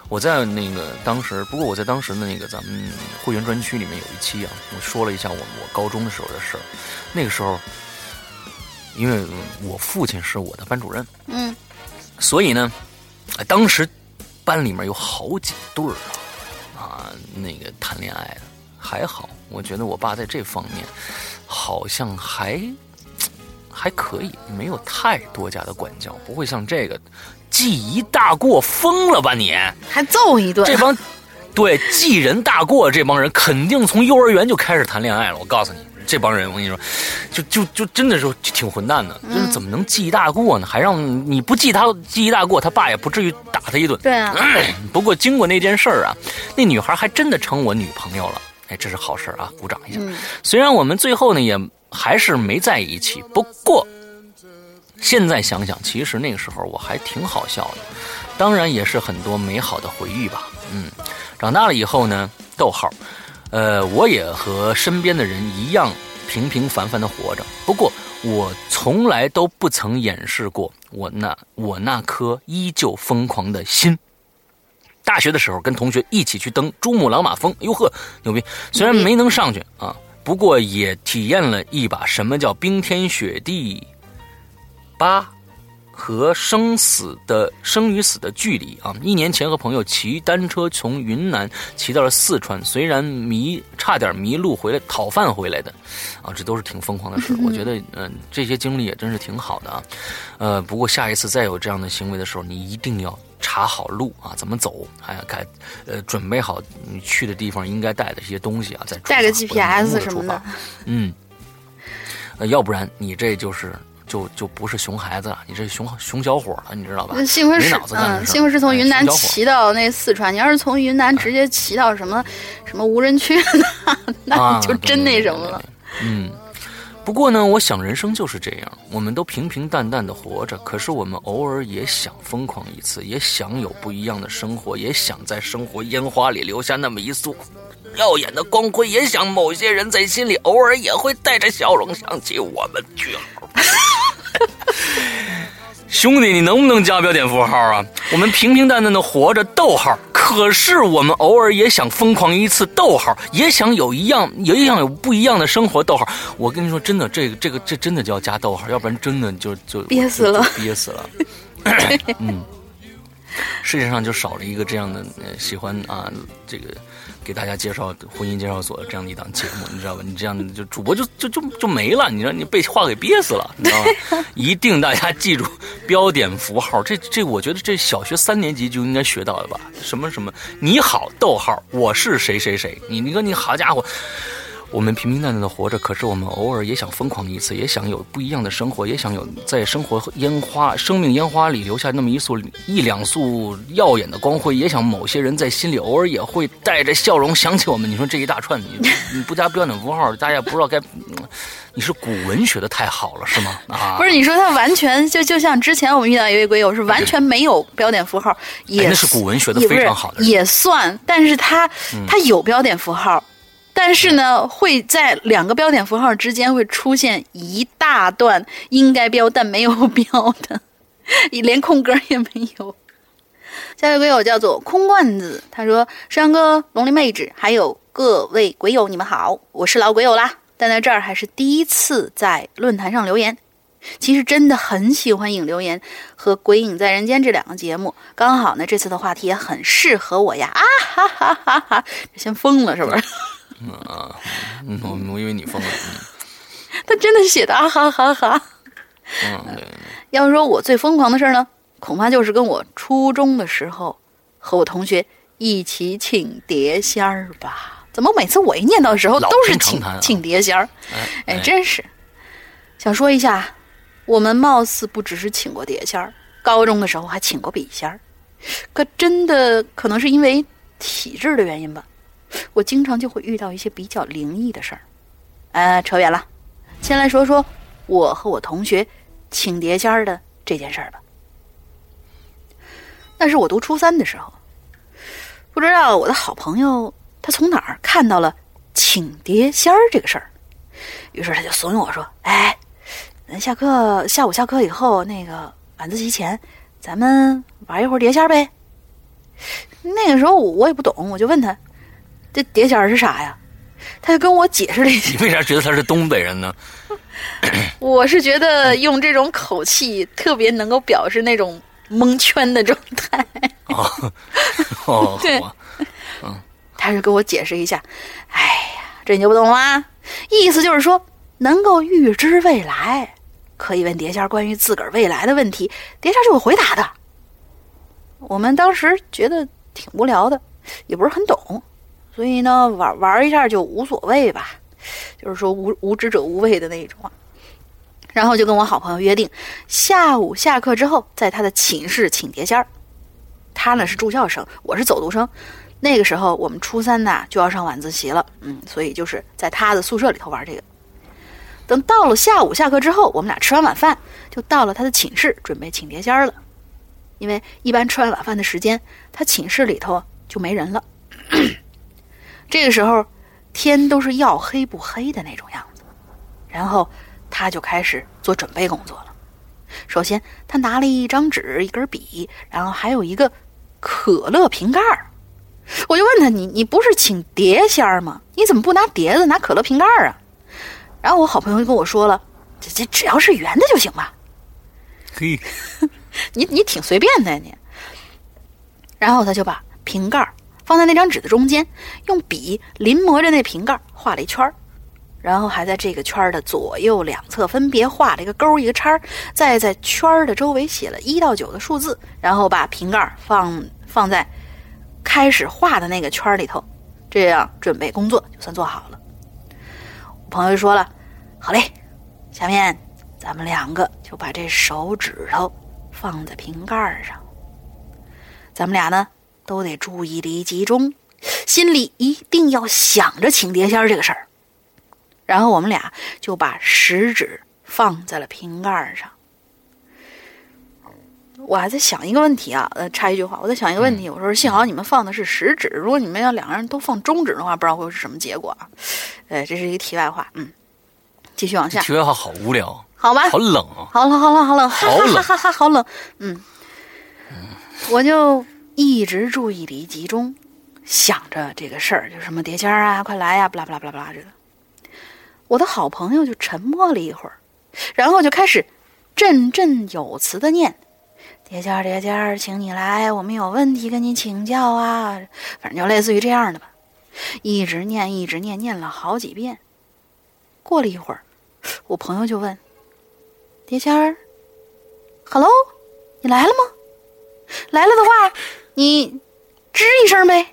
我在那个当时，不过我在当时的那个咱们会员专区里面有一期啊，我说了一下我我高中的时候的事儿。那个时候，因为我父亲是我的班主任， 嗯， 所以呢，当时班里面有好几对儿啊，啊，那个谈恋爱的，还好，我觉得我爸在这方面好像还还可以，没有太多加的管教，不会像这个记一大过疯了吧你， 还揍一顿。 这帮对记人大过这帮人肯定从幼儿园就开始谈恋爱了，我告诉你。这帮人，我跟你说，就就就真的是挺混蛋的，就是怎么能记一大过呢？还让你不记他记一大过，他爸也不至于打他一顿。 对啊。 不过经过那件事儿啊，那女孩还真的成我女朋友了，哎，这是好事啊，鼓掌一下。 嗯、 虽然我们最后呢也还是没在一起，不过现在想想，其实那个时候我还挺好笑的，当然也是很多美好的回忆吧。嗯，长大了以后呢，逗号。呃，我也和身边的人一样平平凡凡的活着，不过我从来都不曾掩饰过我那我那颗依旧疯狂的心。大学的时候跟同学一起去登珠穆朗玛峰，哟呵，牛逼！虽然没能上去啊，不过也体验了一把什么叫冰天雪地吧。和生死的生与死的距离啊！一年前和朋友骑单车从云南骑到了四川，虽然迷差点迷路回来讨饭回来的，啊，这都是挺疯狂的事。我觉得，嗯、呃，这些经历也真是挺好的啊。呃，不过下一次再有这样的行为的时候，你一定要查好路啊，怎么走，还要该呃准备好你去的地方应该带的这些东西啊，再带个 G P S 什么的。 嗯，呃，要不然你这就是。就就不是熊孩子了，你这熊熊小伙了，你知道吧？ 幸亏是嗯，幸亏是从云南骑到那四川。你要是从云南直接骑到什么、哎、什么无人区，那那你就真那什么了。 啊、对对对嗯，不过呢，我想人生就是这样，我们都平平淡淡的活着，可是我们偶尔也想疯狂一次，也想有不一样的生活，也想在生活烟花里留下那么一束耀眼的光辉，也想某些人在心里偶尔也会带着笑容想起我们句号。兄弟，你能不能加标点符号啊？我们平平淡淡的活着，逗号。可是我们偶尔也想疯狂一次，逗号，也想有一样，也想有不一样的生活，逗号。我跟你说，真的，这个这个这真的就要加逗号，要不然真的就就憋死了， 憋死了。嗯，世界上就少了一个这样的、呃、喜欢啊，这个给大家介绍婚姻介绍所这样的一档节目，你知道吧？你这样的就主播就就就就没了，你让你被话给憋死了，你知道吗？一定大家记住标点符号，这这我觉得这小学三年级就应该学到的吧？什么什么你好，逗号，我是谁谁谁，你你说你好家伙。我们平平淡淡的活着，可是我们偶尔也想疯狂一次，也想有不一样的生活，也想有在生活烟花、生命烟花里留下那么一束一两束耀眼的光辉，也想某些人在心里偶尔也会带着笑容想起我们。你说这一大串，你你不加标点符号，大家也不知道该。你是古文学的太好了，是吗？啊， 不是，你说他完全就就像之前我们遇到一位鬼友是完全没有标点符号，也、 哎、那是古文学的非常好的， 也算，但是他、嗯、他有标点符号。但是呢，会在两个标点符号之间会出现一大段应该标但没有标的，连空格也没有。下一位鬼友叫做空罐子，他说：山哥、龙鳞妹纸，还有各位鬼友，你们好，我是老鬼友啦，但在这儿还是第一次在论坛上留言。其实真的很喜欢影留言和鬼影在人间这两个节目，刚好呢这次的话题也很适合我呀，啊哈哈哈哈，先疯了是不是？ 嗯啊，嗯，我我以为你疯了。嗯、 他真的写的啊哈哈哈。 嗯，对对对。 要说我最疯狂的事呢，恐怕就是跟我初中的时候和我同学一起请碟仙儿吧。怎么每次我一念叨的时候都是请、啊、请碟仙儿？哎，哎真是。想说一下，我们貌似不只是请过碟仙儿，高中的时候还请过笔仙儿。可真的可能是因为体质的原因吧。我经常就会遇到一些比较灵异的事儿，呃，扯远了，先来说说我和我同学请碟仙的这件事儿吧。那是我读初三的时候，不知道我的好朋友他从哪儿看到了请碟仙这个事儿，于是他就怂恿我说：“哎，下课下午下课以后，那个晚自习前，咱们玩一会儿碟仙呗。” 那个时候我也不懂，我就问他这碟仙是啥呀？他就跟我解释了一下。 你为啥觉得他是东北人呢？ 我是觉得用这种口气特别能够表示那种蒙圈的状态。 哦，哦， 对， 嗯， 他就给我解释一下。哎呀，这你就不懂啦。意思就是说，能够预知未来，可以问碟仙关于自个儿未来的问题，碟仙就会回答的。我们当时觉得挺无聊的，也不是很懂，所以呢，玩玩一下就无所谓吧，就是说无无知者无畏的那种。然后就跟我好朋友约定，下午下课之后，在他的寝室请碟仙儿。他呢是住校生，我是走读生。那个时候我们初三呢就要上晚自习了，嗯，所以就是在他的宿舍里头玩这个。等到了下午下课之后，我们俩吃完晚饭，就到了他的寝室，准备请碟仙儿了。因为一般吃完晚饭的时间，他寝室里头就没人了。这个时候天都是要黑不黑的那种样子，然后他就开始做准备工作了。首先他拿了一张纸一根笔，然后还有一个可乐瓶盖。我就问他，你你不是请碟仙吗？你怎么不拿碟子拿可乐瓶盖啊？然后我好朋友就跟我说了，这这只要是圆的就行吧。 嘿， 你你挺随便的你。然后他就把瓶盖放在那张纸的中间，用笔临摹着那瓶盖画了一圈，然后还在这个圈的左右两侧分别画了一个勾一个叉，再在圈的周围写了一到九的数字，然后把瓶盖放放在开始画的那个圈里头，这样准备工作就算做好了。我朋友就说了，好嘞，下面咱们两个就把这手指头放在瓶盖上，咱们俩呢都得注意力集中，心里一定要想着请碟仙这个事儿。然后我们俩就把食指放在了瓶盖上。我还在想一个问题啊，呃，插一句话，我在想一个问题，我说幸好你们放的是食指，如果你们要两个人都放中指的话，不知道会是什么结果啊。呃，这是一个题外话，嗯，继续往下。 题外话好无聊， 好吧， 好冷啊， 好冷，好冷，好冷， 好冷， 哈哈哈，好冷，嗯，我就一直注意力集中，想着这个事儿，就什么碟仙啊，快来呀，不啦不啦不啦不啦，这个。我的好朋友就沉默了一会儿，然后就开始振振有词的念。碟仙碟仙，请你来，我们有问题跟你请教啊，反正就类似于这样的吧，一直念一直念，念了好几遍。过了一会儿，我朋友就问碟仙儿 ，Hello， 你来了吗？来了的话，你吱一声呗。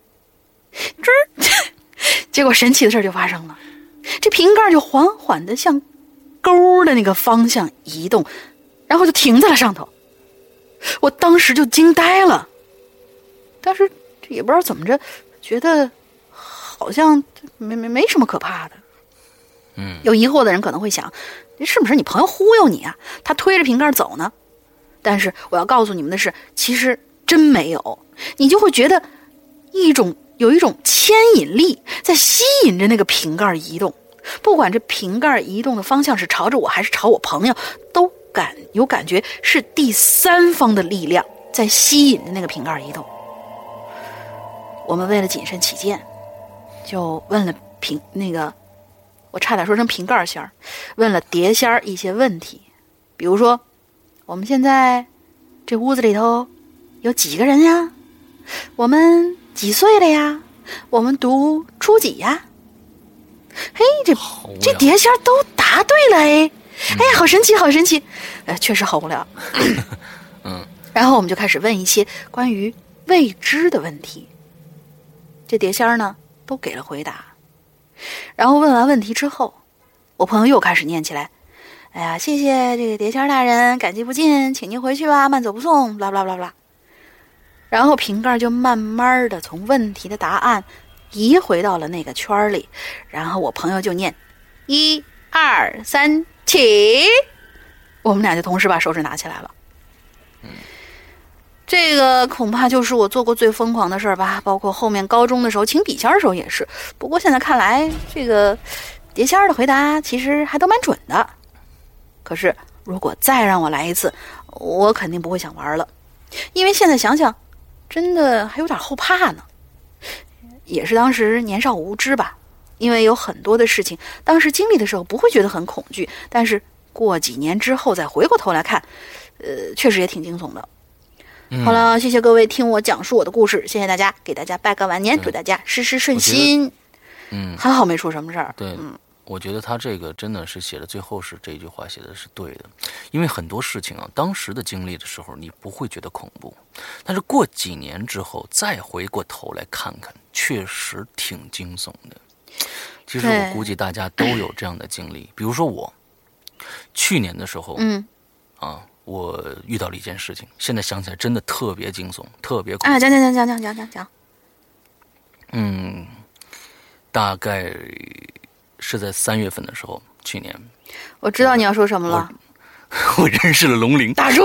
吱，结果神奇的事就发生了，这瓶盖就缓缓的向钩的那个方向移动，然后就停在了上头。我当时就惊呆了，但是这也不知道怎么着，觉得好像没没没什么可怕的。 嗯， 有疑惑的人可能会想，是不是你朋友忽悠你啊？他推着瓶盖走呢？但是我要告诉你们的是，其实真没有，你就会觉得一种有一种牵引力在吸引着那个瓶盖移动，不管这瓶盖移动的方向是朝着我还是朝我朋友，都感有感觉是第三方的力量在吸引着那个瓶盖移动。我们为了谨慎起见，就问了瓶那个，我差点说成瓶盖仙儿，问了碟仙儿一些问题，比如说，我们现在这屋子里头有几个人呀？我们几岁了呀？我们读初几呀？嘿，这这碟仙儿都答对了哎！哎呀，好神奇，好神奇！呃，确实好无聊。 嗯， 然后我们就开始问一些关于未知的问题。这碟仙儿呢，都给了回答。然后问完问题之后，我朋友又开始念起来：“哎呀，谢谢这个碟仙大人，感激不尽，请您回去吧，慢走不送。”blah blah blah blah。然后瓶盖就慢慢的从问题的答案移回到了那个圈里，然后我朋友就念：“一二三。”起，我们俩就同时把手指拿起来了。这个恐怕就是我做过最疯狂的事儿吧，包括后面高中的时候请笔仙的时候也是。不过现在看来，这个碟仙的回答其实还都蛮准的。可是如果再让我来一次，我肯定不会想玩了，因为现在想想， 真的还有点后怕呢。也是当时年少无知吧，因为有很多的事情，当时经历的时候不会觉得很恐惧，但是过几年之后再回过头来看，呃，确实也挺惊悚的。 嗯、 好了，谢谢各位听我讲述我的故事，谢谢大家，给大家拜个晚年，祝大家事事顺心。 嗯， 还好没出什么事儿。 对， 嗯， 我觉得他这个真的是写的最后是这句话写的是对的，因为很多事情啊，当时的经历的时候你不会觉得恐怖，但是过几年之后再回过头来看看，确实挺惊悚的。其实我估计大家都有这样的经历，比如说我去年的时候， 嗯， 啊。我遇到了一件事情，现在想起来真的特别惊悚，特别恐怖。 啊，讲讲讲讲讲讲讲讲。 嗯，大概是在三月份的时候，去年。 我知道你要说什么了。 我, 我认识了龙鳞。 打住！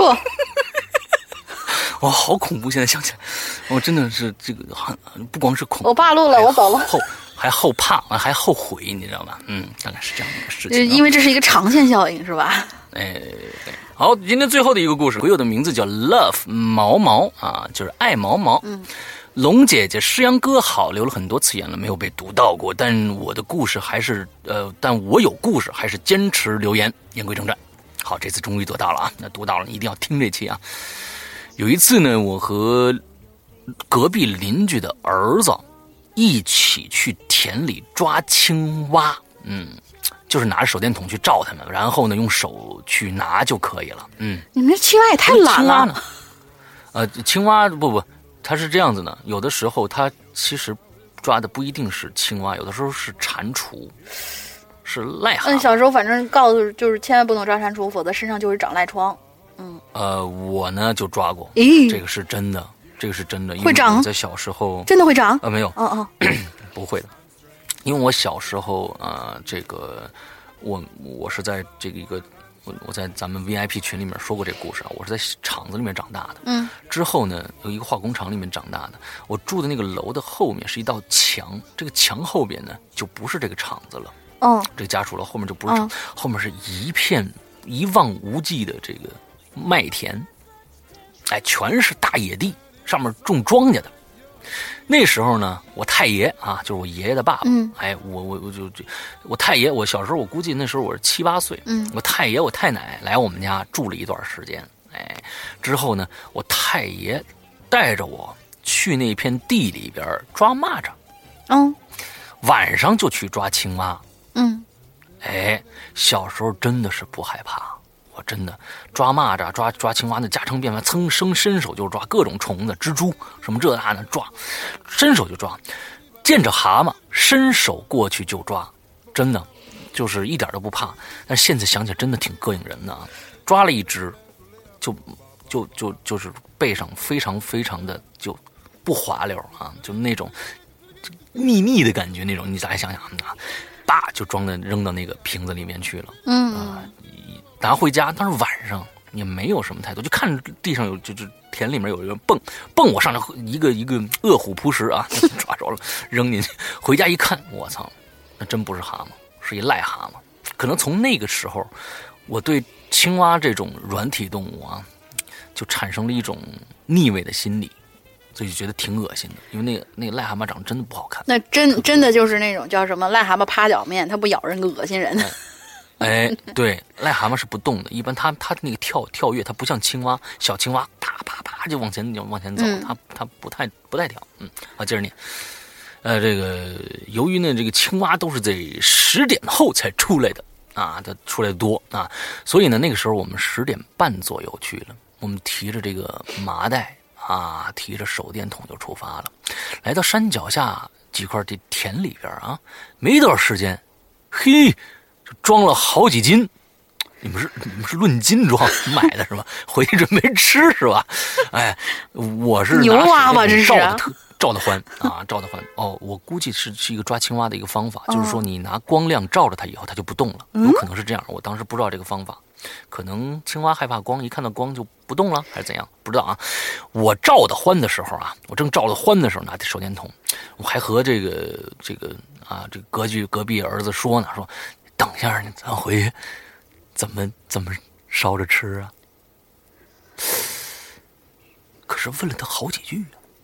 哇，好恐怖！现在想起来，我真的是这个很不光是恐怖， 我暴露了，我走了。 后还后怕，还后悔，你知道吗？嗯，大概是这样的一个事情、啊。 因为这是一个长线效应，是吧？ 哎，好，今天最后的一个故事，鬼友的名字叫 Love 毛毛啊，就是爱毛毛。 嗯， 龙姐姐、诗阳哥好，留了很多次言了，没有被读到过，但我的故事还是呃，但我有故事，还是坚持留言，言归正传。好，这次终于读到了啊，那读到了，你一定要听这期啊。有一次呢，我和隔壁邻居的儿子一起去田里抓青蛙，嗯。就是拿着手电筒去照它们，然后呢用手去拿就可以了。嗯， 你们这青蛙也太懒了。 青蛙呢？呃，青蛙不不，它是这样子的。有的时候它其实抓的不一定是青蛙，有的时候是蟾蜍，是癞蛤蟆。 嗯，小时候反正告诉就是千万不能抓蟾蜍，否则身上就会长赖疮。嗯， 呃，我呢就抓过， 咦， 这个是真的，这个是真的， 会长。 在小时候真的会长？ 呃，没有， 哦哦， 不会的。因为我小时候啊、呃，这个我我是在这个一个我我在咱们 V I P 群里面说过这个故事啊，我是在厂子里面长大的。 嗯， 之后呢，有一个化工厂里面长大的。我住的那个楼的后面是一道墙，这个墙后边呢就不是这个厂子了。 哦， 这个家属楼后面就不是厂， 哦、 后面是一片一望无际的这个麦田，哎，全是大野地，上面种庄稼的。那时候呢，我太爷啊，就是我爷爷的爸爸， 嗯， 哎，我我我就我太爷，我小时候我估计那时候我是七八岁， 嗯， 我太爷我太奶来我们家住了一段时间，哎，之后呢，我太爷带着我去那片地里边抓蚂蚱， 嗯， 晚上就去抓青蛙， 嗯， 哎，小时候真的是不害怕。我真的抓蚂蚱、抓抓青蛙，那家常便饭，噌伸伸手就抓各种虫子、蜘蛛什么这那的抓，伸手就抓，见着蛤蟆伸手过去就抓，真的就是一点都不怕。但是现在想起来真的挺膈应人的啊！抓了一只，就就就就是背上非常非常的就不滑溜啊，就那种腻腻的感觉那种，你再想想啊，叭就装的扔到那个瓶子里面去了， 嗯。 啊拿回家，但是晚上也没有什么太多，就看着地上有，就就田里面有一个蹦蹦，我上来一个一个饿虎扑食啊，抓着了扔进去。回家一看，我操，那真不是蛤蟆，是一癞蛤蟆。可能从那个时候，我对青蛙这种软体动物啊，就产生了一种逆位的心理，所以就觉得挺恶心的。因为那个那个癞蛤蟆长得真的不好看。 那真真的就是那种叫什么癞蛤蟆趴脚面，它不咬人恶心人。 哎哎，对，癞蛤蟆是不动的。一般它它那个跳跳跃，它不像青蛙，小青蛙啪啪啪就往前就往前走， 嗯、 它它不太不太跳。嗯，好，接着念。呃，这个由于呢，这个青蛙都是在十点后才出来的啊，它出来的多啊，所以呢，那个时候我们十点半左右去了，我们提着这个麻袋啊，提着手电筒就出发了，来到山脚下几块这田里边啊，没多少时间，嘿。装了好几斤，你们是你们是论斤装买的是吧？回去准备吃是吧？哎，我是牛蛙吧？这是照的特照的欢啊，照的欢哦。我估计是是一个抓青蛙的一个方法，哦、就是说你拿光亮照着它以后，它就不动了，有可能是这样。我当时不知道这个方法，可能青蛙害怕光，一看到光就不动了，还是怎样？不知道啊。我照的欢的时候啊，我正照的欢的时候，拿着手电筒，我还和这个这个啊这个隔壁隔壁儿子说呢，说。等一下，咱回去怎么怎么烧着吃啊？可是问了他好几句啊，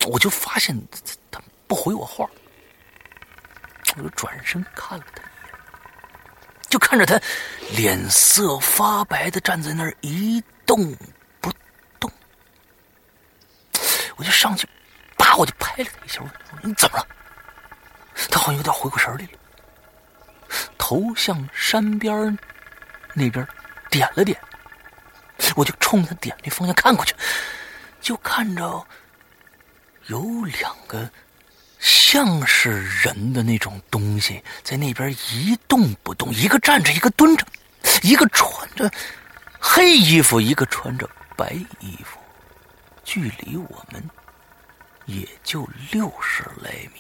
我就发现他不回我话，我就转身看了他一眼，就看着他脸色发白的站在那儿一动不动。我就上去，叭，我就拍了他一下，我说你怎么了？他好像有点回过神来了，头向山边那边点了点，我就冲他点那方向看过去，就看着有两个像是人的那种东西在那边一动不动，一个站着一个蹲着，一个穿着黑衣服一个穿着白衣服，距离我们也就六十来米。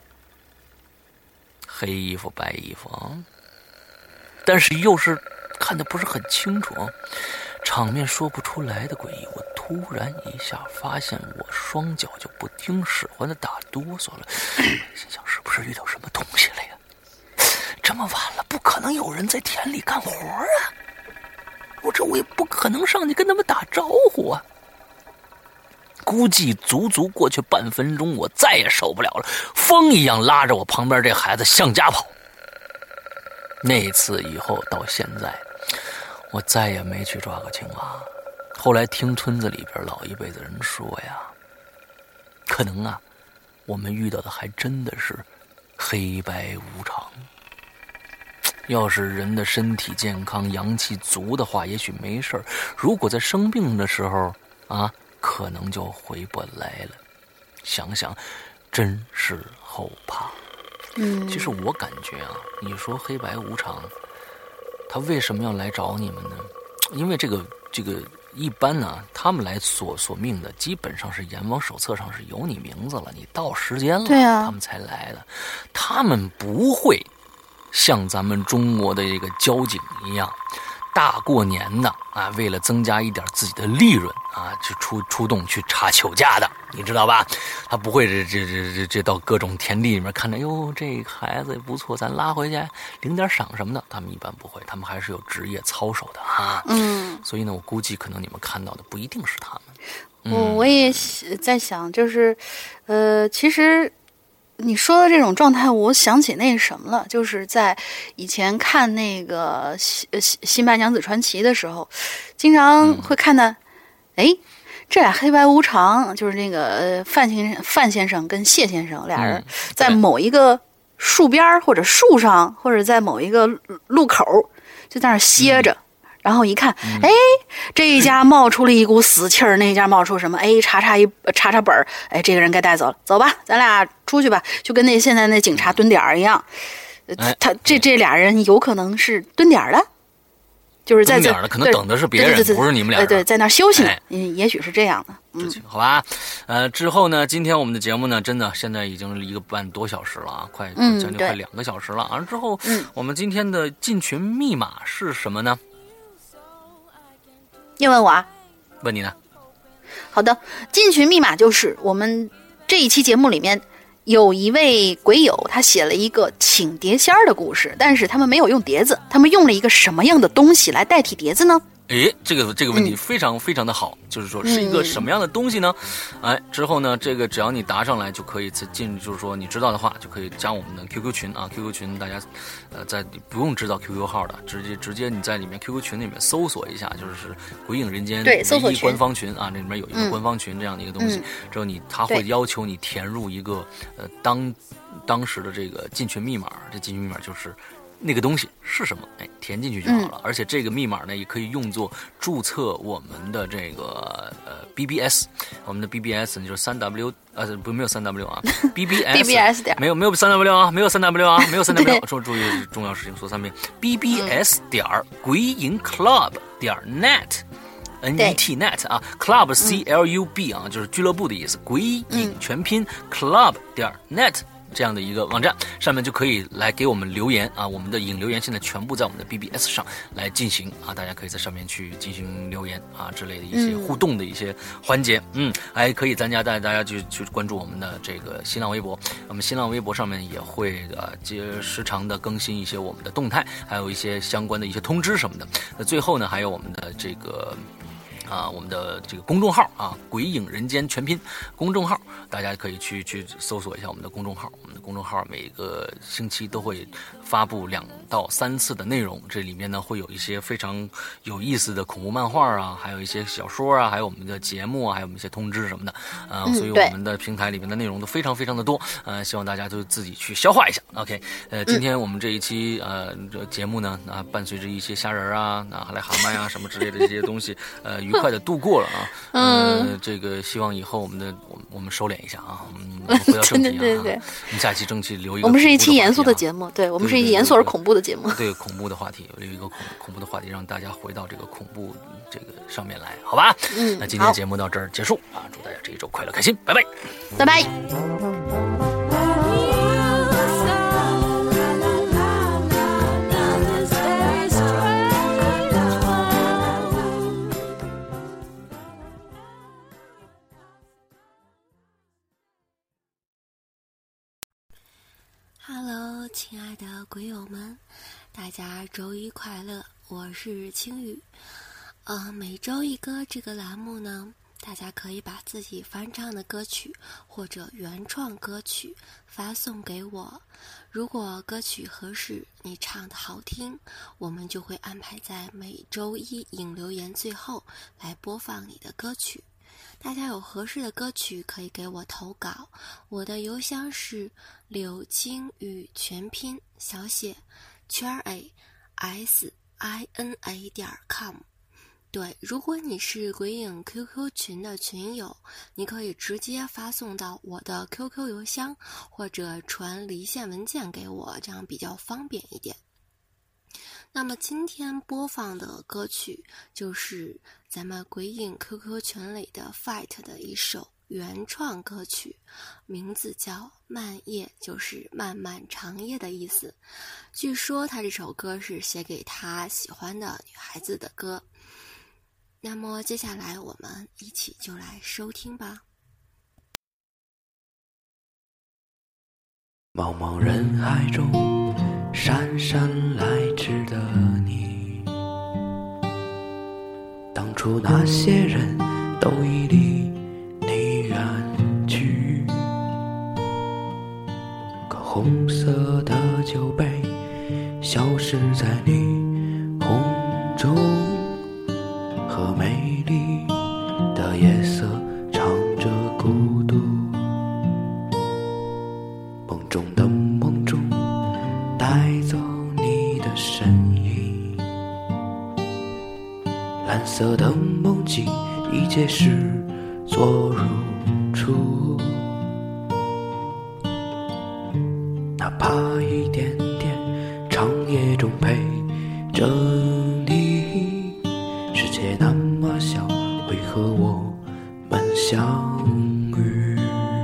黑衣服白衣服啊，但是又是看得不是很清楚，场面说不出来的诡异。我突然一下发现我双脚就不听使唤的打哆嗦了，心想是不是遇到什么东西了呀？这么晚了，不可能有人在田里干活啊！我这我也不可能上去跟他们打招呼啊！估计足足过去半分钟，我再也受不了了，风一样拉着我旁边这孩子向家跑。那次以后到现在，我再也没去抓过青蛙。后来听村子里边老一辈的人说呀，可能啊，我们遇到的还真的是黑白无常。要是人的身体健康、阳气足的话，也许没事儿；如果在生病的时候啊，可能就回不来了。想想，真是后怕。 嗯， 其实我感觉啊，你说黑白无常，他为什么要来找你们呢？因为这个这个一般呢，他们来索索命的，基本上是阎王手册上是有你名字了，你到时间了， 对啊， 他们才来的。他们不会像咱们中国的这个交警一样，大过年的啊，为了增加一点自己的利润啊，就出出动去查酒驾的，你知道吧？他不会这这这这这到各种田地里面看着，哟，这个孩子也不错，咱拉回去领点赏什么的。他们一般不会，他们还是有职业操守的啊。 嗯， 所以呢，我估计可能你们看到的不一定是他们。嗯、 我我也在想，就是，呃，其实。你说的这种状态，我想起那什么了，就是在以前看那个《新新新白娘子传奇》的时候，经常会看到，哎、嗯，这俩黑白无常，就是那个范先生、范先生跟谢先生俩人在某一个树边或者树上，或者在某一个路口，就在那儿歇着。嗯，然后一看，哎，这一家冒出了一股死气儿，那一家冒出什么？哎，查查一查查本儿，哎，这个人该带走了，走吧，咱俩出去吧，就跟那现在那警察蹲点儿一样。呃、他这这俩人有可能是蹲点儿的，就是在这可能等的是别人， 对对对对， 不是你们俩人。 对对，在那儿休息呢，嗯，也许是这样的。嗯， 好吧，呃，之后呢，今天我们的节目呢，真的现在已经一个半多小时了啊，快将近快两个小时了。完了之后，嗯，我们今天的进群密码是什么呢？ 你问我啊？ 问你呢？ 好的，进群密码就是我们这一期节目里面有一位鬼友，他写了一个请碟仙儿的故事，但是他们没有用碟子，他们用了一个什么样的东西来代替碟子呢？ 诶，这个这个问题非常非常的好，嗯、就是说是一个什么样的东西呢？嗯、哎，之后呢，这个只要你答上来就可以进，就是说你知道的话就可以加我们的 Q Q 群啊 ，Q Q 群大家呃在不用知道 Q Q 号的，直接直接你在里面 Q Q 群里面搜索一下，就是鬼影人间对搜索唯一官方群啊，这里面有一个官方群这样的一个东西， 嗯、 之后你他会要求你填入一个呃当当时的这个进群密码，这进群密码就是。那个东西是什么？哎，填进去就好了。嗯、而且这个密码呢，也可以用作注册我们的这个呃 B B S， 我们的 B B S 呢就是三 W 呃不没有三 W 啊 ，B B S B B S 点没有没有三 W 啊，没有三 W 啊，没有三 W， 注注意重要事情说三遍 ，B B S 点鬼影 Club 点 net。N E T net 啊 ，Club C L U B 啊，就是俱乐部的意思。鬼影全拼 Club 点 net。这样的一个网站上面就可以来给我们留言啊，我们的影留言现在全部在我们的 B B S 上来进行啊，大家可以在上面去进行留言啊之类的一些互动的一些环节，嗯，还可以参加带大家去去关注我们的这个新浪微博，我们新浪微博上面也会呃接时常的更新一些我们的动态，还有一些相关的一些通知什么的。那最后呢，还有我们的这个。 啊，我们的这个公众号啊，鬼影人间全拼公众号，大家可以去去搜索一下我们的公众号。我们的公众号每个星期都会发布两到三次的内容，这里面呢会有一些非常有意思的恐怖漫画啊，还有一些小说啊，还有我们的节目啊，还有我们一些通知什么的啊、呃嗯，所以我们的平台里面的内容都非常非常的多，呃，希望大家都自己去消化一下。OK， 呃，今天我们这一期呃这节目呢，啊，伴随着一些虾仁啊、啊癞蛤蟆呀、啊、什么之类的这些东西，呃，愉快的度过了啊。嗯、呃，这个希望以后我们的我们我们收敛一下啊，我们回到正题啊。 对对对， 我们下期正题留一个、啊。 我们是一期严肃的节目，对我们是一期严肃而恐怖的节目。 对恐怖的话题，留一个恐恐怖的话题，让大家回到这个恐怖这个上面来，好吧？ 嗯， 那今天节目到这儿结束啊，祝大家这一周快乐开心，拜拜， 拜拜。 Hello， 亲爱的鬼友们，大家周一快乐！我是青雨。呃，每周一歌这个栏目呢，大家可以把自己翻唱的歌曲或者原创歌曲发送给我。如果歌曲合适，你唱的好听，我们就会安排在每周一引留言最后来播放你的歌曲。大家有合适的歌曲可以给我投稿，我的邮箱是柳青雨全拼小写圈 a s i n a 点 com。 对，如果你是鬼影 Q Q 群的群友，你可以直接发送到我的 Q Q 邮箱，或者传离线文件给我，这样比较方便一点。那么今天播放的歌曲就是咱们鬼影 Q Q 群里的 Fight 的一首原创歌曲，名字叫《漫夜》，就是漫漫长夜的意思。据说他这首歌是写给他喜欢的女孩子的歌。那么接下来我们一起就来收听吧。 茫茫人海中姗姗来迟的你，当初那些人都已离你远去，可红色的酒杯消失在你红中，和美丽的夜色唱着孤独，梦中的梦中带走你的身影，蓝色的梦境一切视作如初，哪怕一点点长夜中陪着你，世界那么小，为何我们相遇？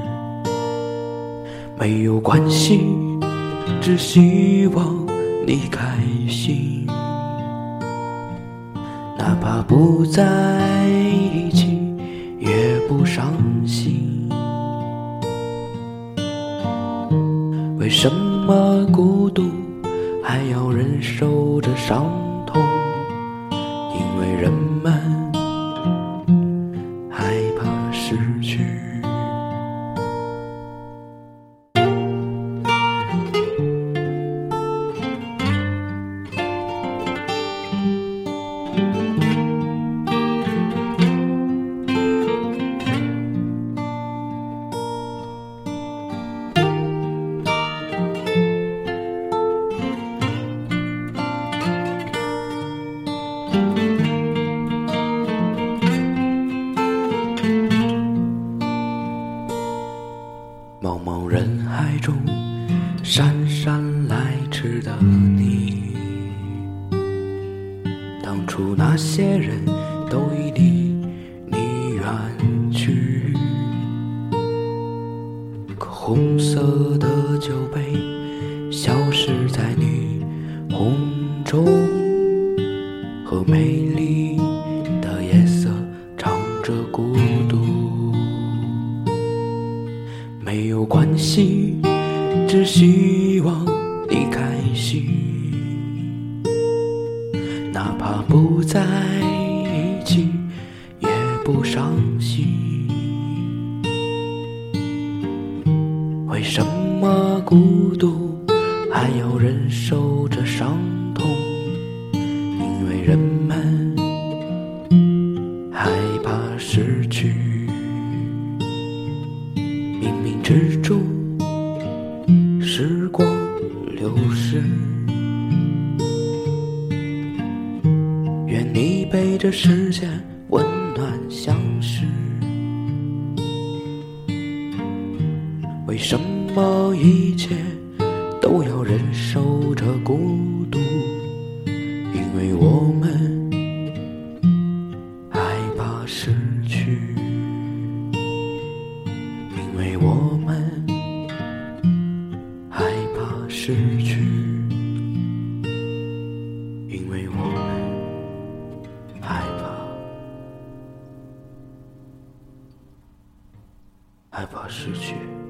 没有关系，只希望你开心，哪怕不在一起也不伤心。为什么孤独还要忍受着伤痛？因为人们害怕失去。茫茫人海中姗姗来迟的你，当初那些人都已离你远去，可红色的酒杯消失在你红中，和美丽的夜色唱着孤独。没有关系，只希望你开心，哪怕不在一起不伤心？为什么孤独还要忍受着伤痛？因为人们害怕失去，冥冥之中时光流逝。愿你背着时间温暖相识。为什么一切都要忍受着孤独？因为我们害怕失去，因为我们害怕失去，因为我们害怕害怕失去。